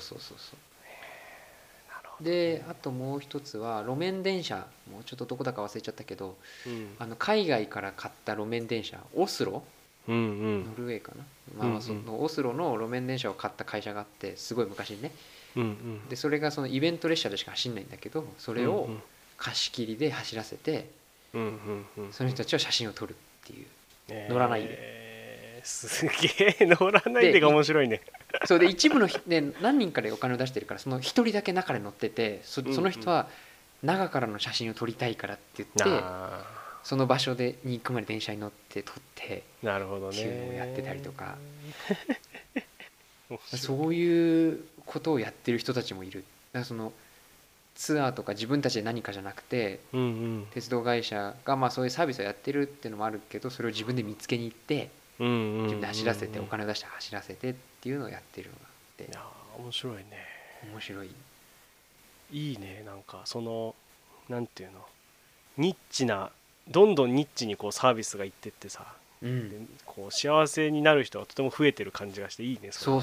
A: で、あともう一つは路面電車、もうちょっとどこだか忘れちゃったけど、海外から買った路面電車、オスロ、ノルウェーかな、そのオスロの路面電車を買った会社があって、すごい昔にね、でそれがそのイベント列車でしか走んないんだけど、それを貸し切りで走らせて、その人たちは写真を撮るっていう、乗らないです
B: げえ、乗らないでが面白いね。
A: そうで一部の何人かでお金を出してるから、その一人だけ中で乗ってて、その人は中からの写真を撮りたいからって言って、その場所に行くまで電車に乗って撮って、
B: なるほどね、
A: っていうのをやってたりとかそういうことをやってる人たちもいる。だからそのツアーとか自分たちで何かじゃなくて、鉄道会社がそういうサービスをやってるっていうのもあるけど、それを自分で見つけに行って、自分で走らせて、お金を出して走らせてっていうのをやってるのがあって、
B: いや面白いね。
A: 面白い。
B: いいね。なんかそのなんていうの、ニッチな、どんどんニッチにこうサービスがいってってさ、こう幸せになる人がとても増えてる感じがしていいね。
A: そう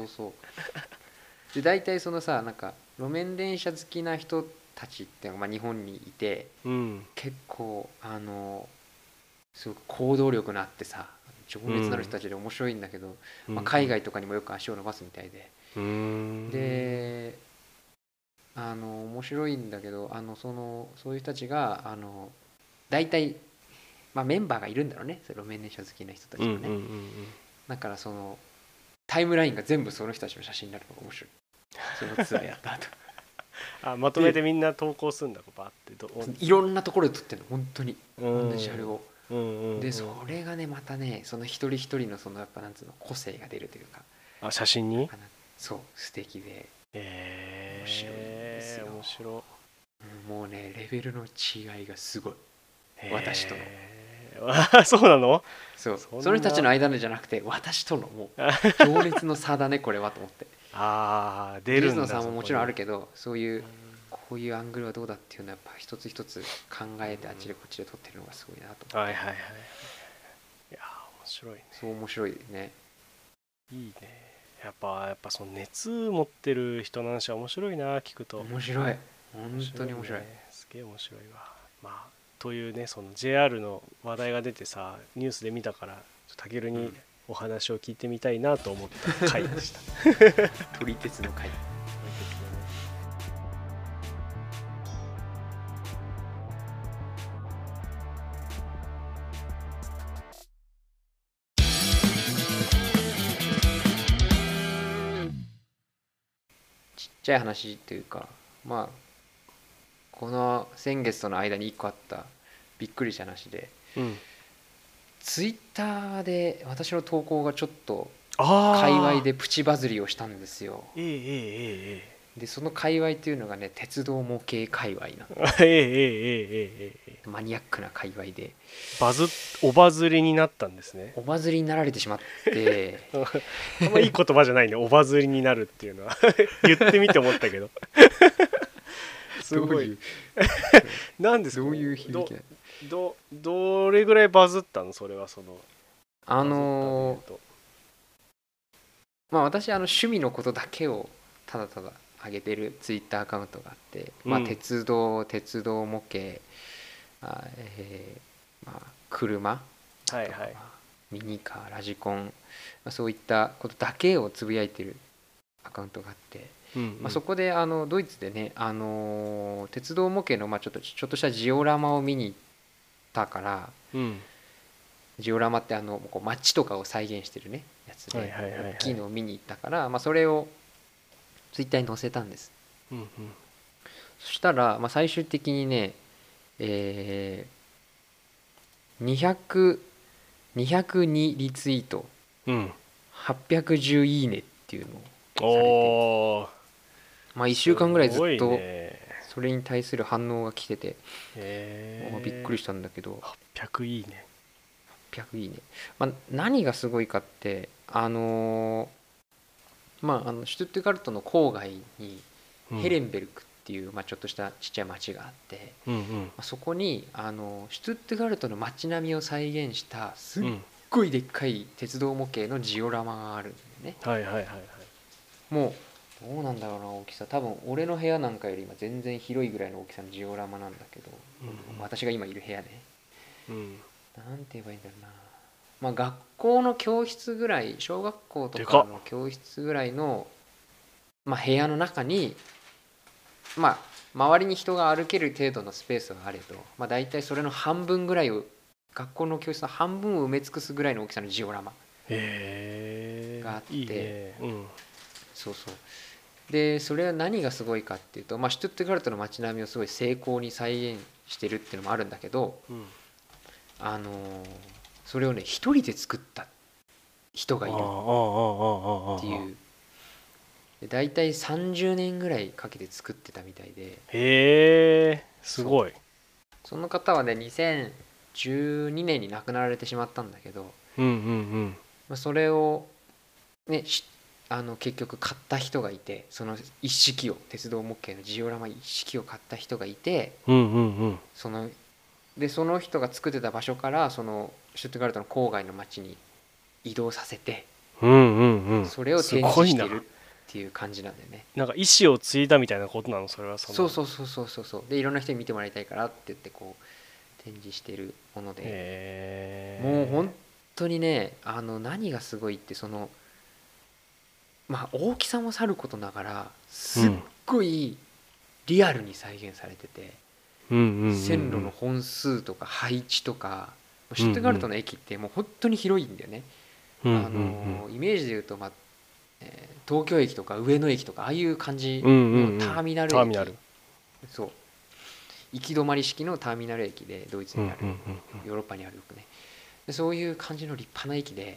A: で大体そのさ、なんか路面電車好きな人たちっていうのが日本にいて、結構すごく行動力のあってさ、情熱のある人たちで面白いんだけど、海外とかにもよく足を伸ばすみたいで、で面白いんだけど、そういう人たちが大体、メンバーがいるんだろうね、路面電車好きな人たちがね、だからそのタイムラインが全部その人たちの写真になるのが面白い。そのツアーやった後
B: まとめてみんな投稿するんだ、バーって
A: いろんなところで撮ってるの、本当に同じ車両で、それがねまたね、その一人一人のそのやっぱなんつうの、個性が出るというか、
B: 写真に
A: そう素敵で、面白いんですよ。
B: 面白
A: い。もうねレベルの違いがすごい、私との。
B: そうなの？
A: その人たちの間でじゃなくて、私とのもう情熱の差だねこれはと思って。
B: 出るんだ。
A: 技術の差ももちろんあるけど、そういうこういうアングルはどうだっていうのはやっぱ一つ一つ考えて、あっちでこっちで撮ってるのがすごいなと思って。いや
B: 面白いね。
A: そう面白いね。
B: いいね。 やっぱその熱持ってる人の話は面白いな、聞くと。
A: 面白い、本当に面白い、
B: ね、すげえ面白いわ。まあというね、その JR の話題が出てさ、ニュースで見たからたけるにお話を聞いてみたいなと思った回でした
A: 撮り鉄の回。ちっちゃい話というか、まあこの先月との間に1個あったびっくりした話で、
B: うん、
A: ツイッターで私の投稿がちょっと
B: あ
A: 界隈でプチバズりをしたんですよ。
B: ええええええ
A: でその界隈というのがね、鉄道模型界隈なの。
B: ええええええ
A: マニアックな界隈で
B: おバズりになったんですね。
A: おバズりになられてしまって
B: あんまいい言葉じゃないね、おバズりになるっていうのは言ってみて思ったけどすごいなんですか、
A: どういう響きなの。
B: どれぐらいバズったの、それは。その
A: あ
B: バズったで
A: の
B: いうと
A: まあ私趣味のことだけをただただ上げてるツイッターアカウントがあって、まあ
B: うん
A: 鉄道模型、まあ車
B: はいはい、
A: とかミニカーラジコン、まあ、そういったことだけをつぶやいてるアカウントがあって、
B: うんうん
A: まあ、そこでドイツでね、鉄道模型のまあちょっとしたジオラマを見に行ったから、
B: うん
A: ジオラマってこう街とかを再現してるねやつで
B: はいはいはいはい
A: 大きいのを見に行ったから、まあ、それをツイッターに載せたんです。
B: うんうん
A: そしたら、まあ、最終的にね、200 202リツイート
B: うん
A: 810いいねっていうのをされて、
B: おー
A: まあ、1週間ぐらいず
B: すごい
A: っと
B: ね。
A: それに対する反応が来てて、びっくり
B: し
A: したんだけど、
B: た。800いいね。
A: 800いいね、まあ、何がすごいかってまあ、シュトゥットガルトの郊外にヘレンベルクっていう、まあ、ちょっとしたちっちゃい町があって、
B: うんうん
A: まあ、そこにシュトゥットガルトの街並みを再現したすっ
B: うん
A: ごいでっかい鉄道模型のジオラマがあるんだよね。
B: はいはいはいはい。
A: もうどうなんだろうな、大きさ多分俺の部屋なんかより今全然広いぐらいの大きさのジオラマなんだけど、私が今いる部屋ね、
B: うん
A: なんて言えばいいんだろうな、まあ学校の教室ぐらい、小学校と
B: でかっ
A: かの教室ぐらいの、まあ、部屋の中に、まあ周りに人が歩ける程度のスペースがあれど、まあ、大体それの半分ぐらいを、学校の教室の半分を埋め尽くすぐらいの大きさのジオラマがあって、
B: いいね。うん
A: そうそう。でそれは何がすごいかっていうと、まあ、シュトゥットガルトの街並みをすごい精巧に再現してるっていうのもあるんだけど、
B: うん
A: あのーそれをね一人で作った人がいるっていう。で大体30年ぐらいかけて作ってたみたいで、
B: へえすごい。
A: その方はね2012年に亡くなられてしまったんだけど、
B: うんうん
A: まあ、それをね結局買った人がいて、その一式を鉄道模型のジオラマ一式を買った人がいて、
B: うんうんうん
A: その人が作ってた場所からそのシュトゥットガルトの郊外の町に移動させて、
B: うんうんうん。
A: それを展示してるっていう感じなんだよね。
B: なんか意思を継いだみたいなことなの、それは。
A: そうそうそうそうそうそう。でいろんな人に見てもらいたいからって言ってこう展示してるもので、もう本当にね、何がすごいってまあ大きさもさることながらすっごいリアルに再現されてて、線路の本数とか配置とか、シュトゥットガルトの駅ってもう本当に広いんだよね。イメージで言うと、まあ東京駅とか上野駅とかああいう感じのターミナル駅、そう行き止まり式のターミナル駅で、ドイツにある、ヨーロッパにあるよくね、でそういう感じの立派な駅で、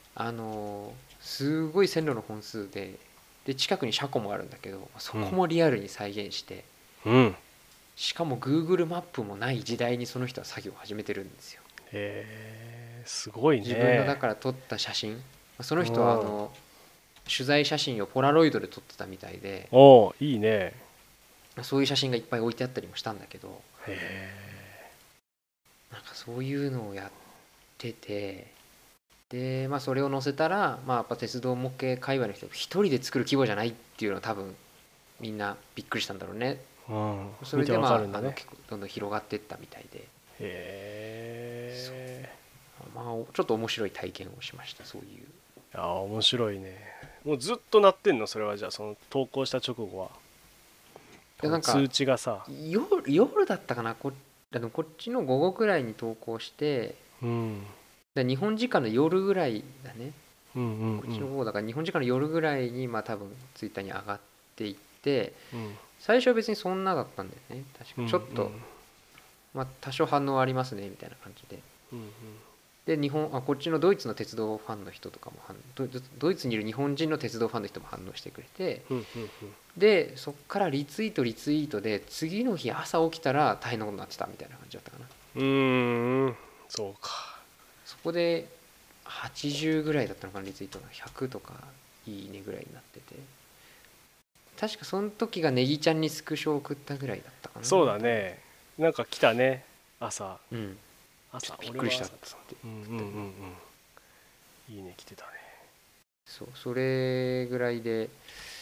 A: すごい線路の本数で近くに車庫もあるんだけど、そこもリアルに再現して、しかも Google マップもない時代にその人は作業を始めてるんですよ。
B: すごいね。
A: 自分がだから撮った写真、その人は取材写真をポラロイドで撮ってたみたいで、
B: おいいね。
A: そういう写真がいっぱい置いてあったりもしたんだけど、なんかそういうのをやってて、 で、まあ、それを載せたら、まあ、やっぱ鉄道模型界隈の人一人で作る規模じゃないっていうのは多分みんなびっくりしたんだろうね。それでまあ、結構どんどん広がっていったみたいで、まあ、ちょっと面白い体験をしました。そういう。
B: 面白いね。もうずっと鳴ってんのそれは？じゃあその投稿した直後は
A: なんか
B: 通知がさ、
A: 夜だったかな、こっちの午後くらいに投稿して、日本時間の夜ぐらいだね、こっちの午後だから日本時間の夜ぐらいにまあ多分ツイッターに上がっていって、最初は別にそんなだったんだよね。確かちょっと、まあ、多少反応ありますねみたいな感じで、でこっちのドイツの鉄道ファンの人とかもドイツにいる日本人の鉄道ファンの人も反応してくれて、でそっからリツイートで次の日朝起きたら大変なことになってたみたいな感じだったかな。
B: そうか。
A: そこで80ぐらいだったのかな、リツイートが100とかいいねぐらいになってて、確かその時がネギちゃんにスクショを送ったぐらいだったかな。
B: そうだね、なんか来たね朝。
A: 朝びっくりしたって
B: いいね来てたね。
A: それぐらいで、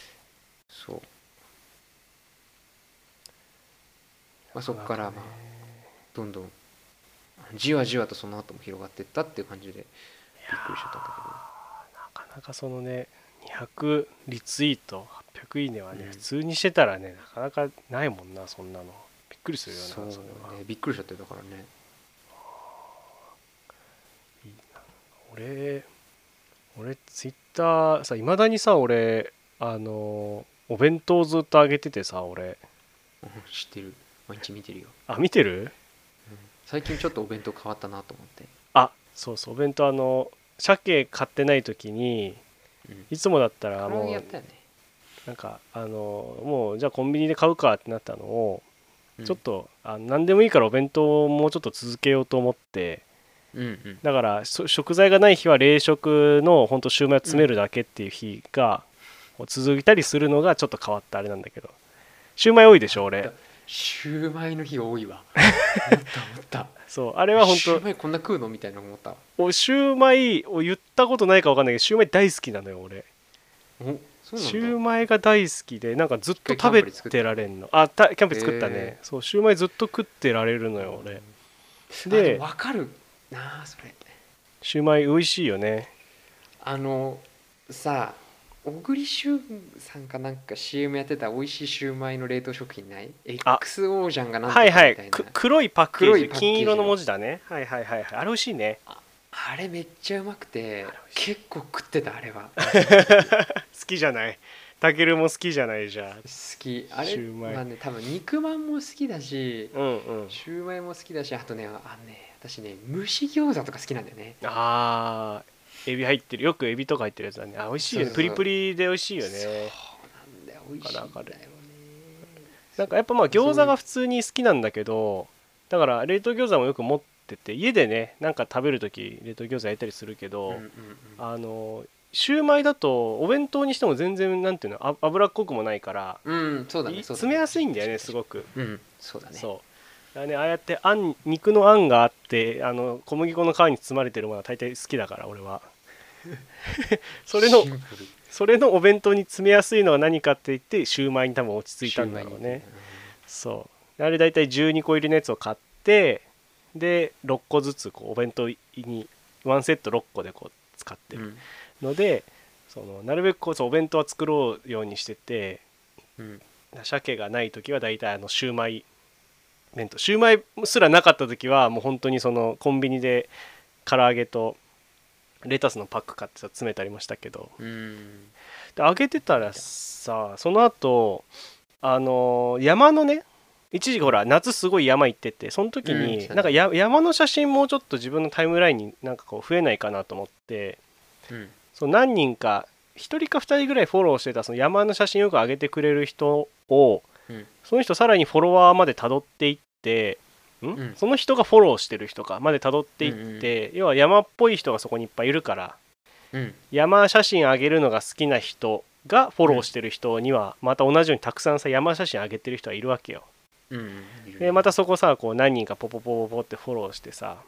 A: まあ、そこからまあどんどんじわじわとその後も広がっていったっていう感じでびっくりしちゃったんだけど、
B: なかなかそのね200リツイート800いいねはね、普通にしてたらねなかなかないもんな、そんなの。びっくりするよね。
A: そうね、びっくりしちゃってだからね。
B: いいな。俺ツイッターさ、いまだにさ、俺お弁当ずっとあげててさ、俺
A: 知ってる、毎日見てるよ。
B: 見てる？
A: 最近ちょっとお弁当変わったなと思って。
B: そうそう、お弁当鮭買ってない時に、いつもだったらもうなんかもうじゃあコンビニで買うかってなったのを、ちょっと何でもいいからお弁当をもうちょっと続けようと思って、だから食材がない日は冷食のほんとシューマイを詰めるだけっていう日が続いたりするのがちょっと変わったあれなんだけど、シューマイ多いでしょ俺。
A: シューマイの日多いわ。思った
B: そう、あれは本当
A: シューマイこんな食うのみたいな思った。
B: シューマイを言ったことないか分かんないけど、シューマイ大好きなのよ俺。シューマイが大好きで、なんかずっと食べてられんの。キャンプ作ったね。そう、シューマイずっと食ってられるのよ俺。
A: で分かるなそれ。
B: シューマイ美味しいよね。
A: さあ小栗旬さんかなんか CM やってた美味しいシューマイの冷凍食品ない？ XO じゃんがなんとかみたいな。
B: 黒いパッケージ、金色の文字だね。あれ美味しいね。
A: あれめっちゃうまくて結構食ってた。あれは
B: 好きじゃない？たけるも好きじゃない？じゃあ好
A: き。あれはね多分肉まんも好きだし、シューマイも好きだし、あとね私ね蒸し餃子とか好きなんだよね。
B: エビ入ってる、よくエビとか入ってるやつだね。美味しいよね。プリプリで美味しいよね。
A: そうなんだよ、美味しいんだよね。
B: なんかやっぱまあ餃子が普通に好きなんだけど、だから冷凍餃子もよく持ってて、家でねなんか食べるとき冷凍餃子焼いたりするけど、シューマイだとお弁当にしても全然なんていうの、脂っこくもないから、詰めやすいんだよねすごく。
A: そうだね。
B: ああやって肉のあんがあって小麦粉の皮に包まれてるものは大体好きだから俺は。それのお弁当に詰めやすいのは何かって言ってシューマイに多分落ち着いたんだろうね。そうあれ大体12個入りのやつを買って、で6個ずつお弁当に1セット6個で使ってるので、なるべくお弁当は作ろうようにしてて、鮭がない時は大体シューマイ弁当、シューマイすらなかった時はもう本当にコンビニで唐揚げとレタスのパック買って詰めたりもしたけど、で揚げてたらさ、その後山のね、一時ほら夏すごい山行ってて、その時になんか山の写真もうちょっと自分のタイムラインになんか増えないかなと思って、何人か1人か2人ぐらいフォローしてたその山の写真よく上げてくれる人を、その人さらにフォロワーまで辿っていって、その人がフォローしてる人かまで辿っていって、要は山っぽい人がそこにいっぱいいるから、山写真上げるのが好きな人がフォローしてる人にはまた同じようにたくさんさ山写真上げてる人はいるわけよ。でまたそこさ何人かポポポポポってフォローしてさ、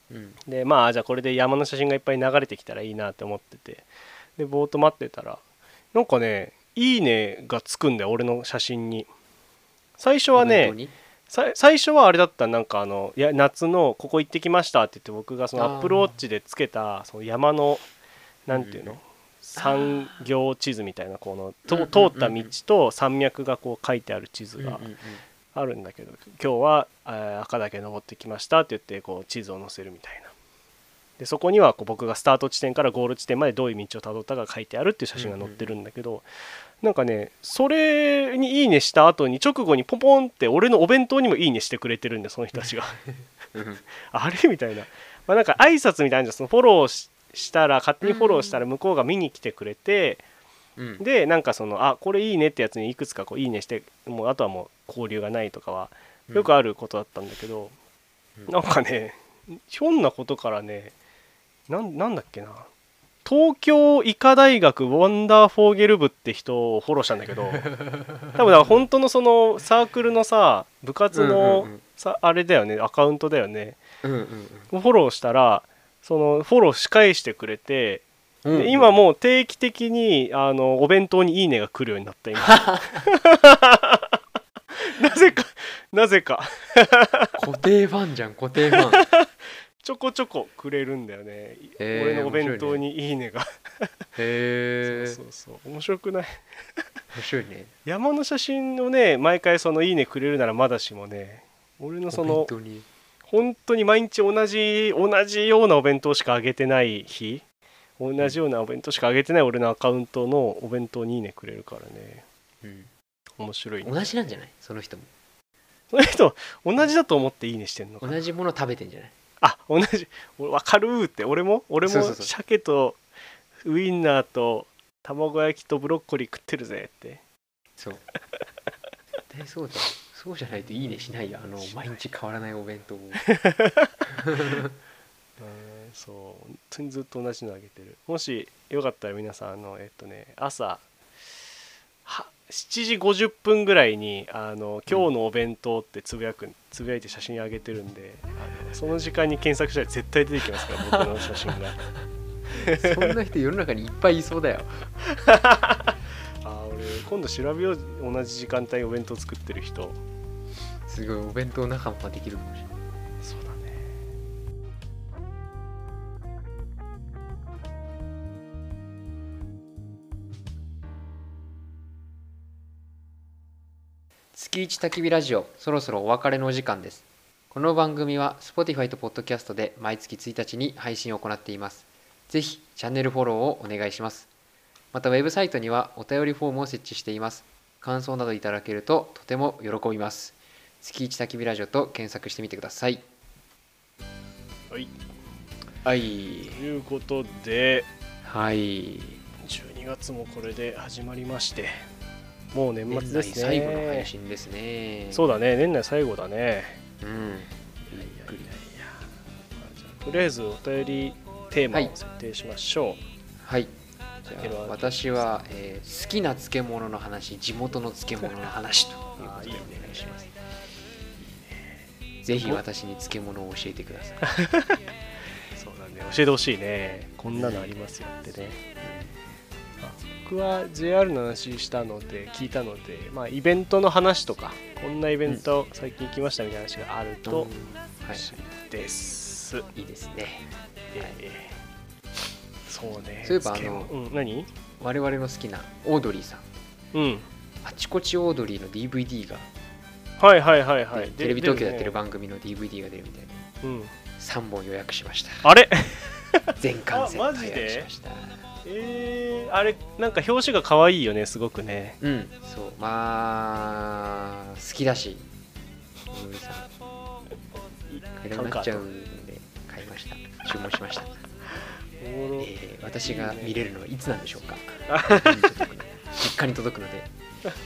A: うん、
B: でまあじゃあこれで山の写真がいっぱい流れてきたらいいなって思ってて、でぼーっと待ってたらなんかねいいねがつくんだよ俺の写真に。最初はね最初はあれだった。なんかいや夏のここ行ってきましたって言って僕がそのアップルウォッチでつけたその山のなんていうの、産業地図みたいなこの通った道と山脈がこう書いてある地図があるんだけど、今日は赤岳登ってきましたって言ってこう地図を載せるみたいな。でそこにはこう僕がスタート地点からゴール地点までどういう道をたどったか書いてあるっていう写真が載ってるんだけど、なんかねそれにいいねした後に直後にポポンって俺のお弁当にもいいねしてくれてるんでその人たちがあれみたいな、まあ、なんか挨拶みたいなそのフォローしたら勝手にフォローしたら向こうが見に来てくれて、でなんかそのこれいいねってやつにいくつかこういいねして、もうあとはもう交流がないとかはよくあることだったんだけど、なんかねひょんなことからねなんだっけな、東京医科大学ワンダーフォーゲル部って人をフォローしたんだけど多分だから本当のそのサークルのさ部活のあれだよね、アカウントだよね、フォローしたらそのフォローし返してくれて、で今もう定期的にお弁当にいいねが来るようになった今なぜか
A: 固定ファンじゃん、固定ファン
B: ちょこちょこくれるんだよね、俺のお弁当にいいねがへえそう面白くない
A: 面白いね。
B: 山の写真をね毎回そのいいねくれるならまだしもね、俺のその本当に毎日同じようなお弁当しかあげてない日、同じようなお弁当しかあげてない俺のアカウントのお弁当にいいねくれるからね、面白い、ね、
A: 同じなんじゃない、その人も。
B: その人同じだと思っていいねしてんのかな。
A: 同じもの食べてんじゃない。
B: 同じ、分かるーって。俺も鮭とウインナーと卵焼きとブロッコリー食ってるぜって。
A: そう絶対そうだよ。そうじゃないといいねしないよ、毎日変わらないお弁当を
B: そう本当にずっと同じのあげてる。もしよかったら皆さん朝7時50分ぐらいに今日のお弁当ってつぶやいて写真あげてるんで、その時間に検索したら絶対出てきますから僕の写真が
A: そんな人世の中にいっぱいいそうだよ
B: 俺今度調べよう、同じ時間帯お弁当作ってる人。
A: すごいお弁当仲間ができるかもしれない。
B: そうだね。
A: 月一焚き火ラジオ、そろそろお別れのお時間です。この番組は Spotify と Podcast で毎月1日に配信を行っています。ぜひチャンネルフォローをお願いします。またウェブサイトにはお便りフォームを設置しています。感想などいただけるととても喜びます。月一焚き火ラジオと検索してみてください。
B: はい
A: はい、と
B: いうことで、
A: はい、
B: 12月もこれで始まりまして、もう年末ですね。
A: 最後の配信ですね。
B: そうだね、年内最後だね。
A: びっくり。
B: とりあえずお便りテーマを設定しましょう。
A: はい、じゃあ私は、好きな漬物の話、地元の漬物の話ということでお願いします。ぜひ私に漬物を教えてください
B: そうだね、教えてほしいね。こんなのありますよってね。僕は JR の話したので聞いたので、イベントの話とかこんなイベント最近行きましたみたいな話があると欲しいです。
A: いいですね。
B: そうね。
A: そういえば
B: 何？
A: 我々の好きなオードリーさん、あちこちオードリーの DVD がテレビ東京でやってる番組の DVD が出るみたいで、3本予約しました。
B: あれ
A: 全巻セット
B: マジで
A: しました。
B: あれなんか表紙が可愛いよね、すごくね。
A: そう、好きだしオードリーさん買いたくなっちゃうんで買いました。注文しました。私が見れるのはいつなんでしょうか。実家に届くので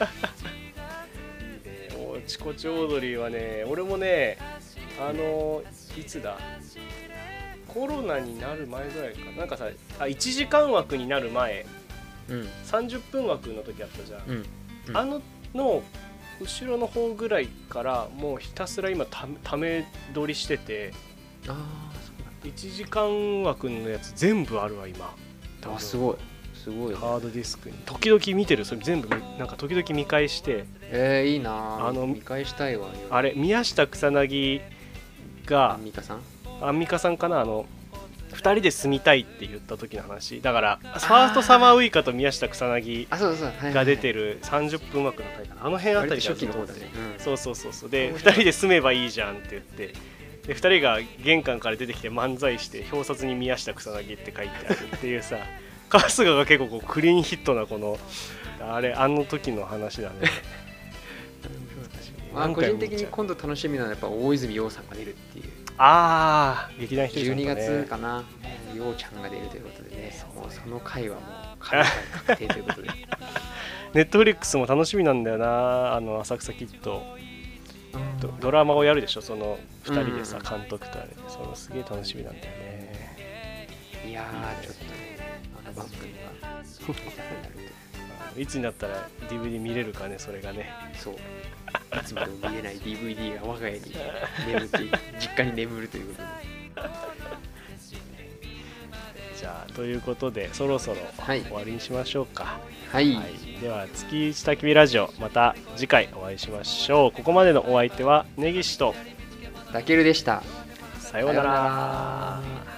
B: おちこちオードリーはね、俺もねいつだ、コロナになる前ぐらいかなんかさ、1時間枠になる前、30分枠の時あったじゃん、の後ろの方ぐらいからもうひたすら今ため撮りしてて、 1時間枠のやつ全部あるわ今。
A: あ、すごいすごい、
B: ハードディスクに時々見てる。それ全部なんか時々見返して。
A: いいな。見返したいわ。
B: あれ宮下草薙が
A: アンミカさん
B: かな、2人で住みたいって言った時の話だから、ファーストサマーウイカと宮下草薙が出てる30分枠の回かな、あの辺あたり
A: 初期の方だね、
B: そうで2人で住めばいいじゃんって言って、で2人が玄関から出てきて漫才して表札に宮下草薙って書いてあるっていうさ春日が結構こうクリーンヒットなこのあの時の話だね
A: 個人的に今度楽しみなのはやっぱ大泉洋さんが出るっていう。
B: 劇団ひとりさんとね、
A: 12月かな、洋ちゃんが出るということでね、もうその回はもう神回確定ということで
B: ネットフリックスも楽しみなんだよな。浅草キッドドラマをやるでしょ、その2人でさ、監督とあれ、そのすげえ楽しみなんだよね。
A: いやー、ちょっとね、番組が
B: いつになったら DVD 見れるかね、それがね。
A: そう、いつまでも見れない DVD が我が家に眠って実家に眠るということで
B: じゃあということでそろそろ終わりにしましょうか。
A: はい、
B: では月下きびラジオ、また次回お会いしましょう。ここまでのお相手は根岸と
A: たけるでした。
B: さようなら。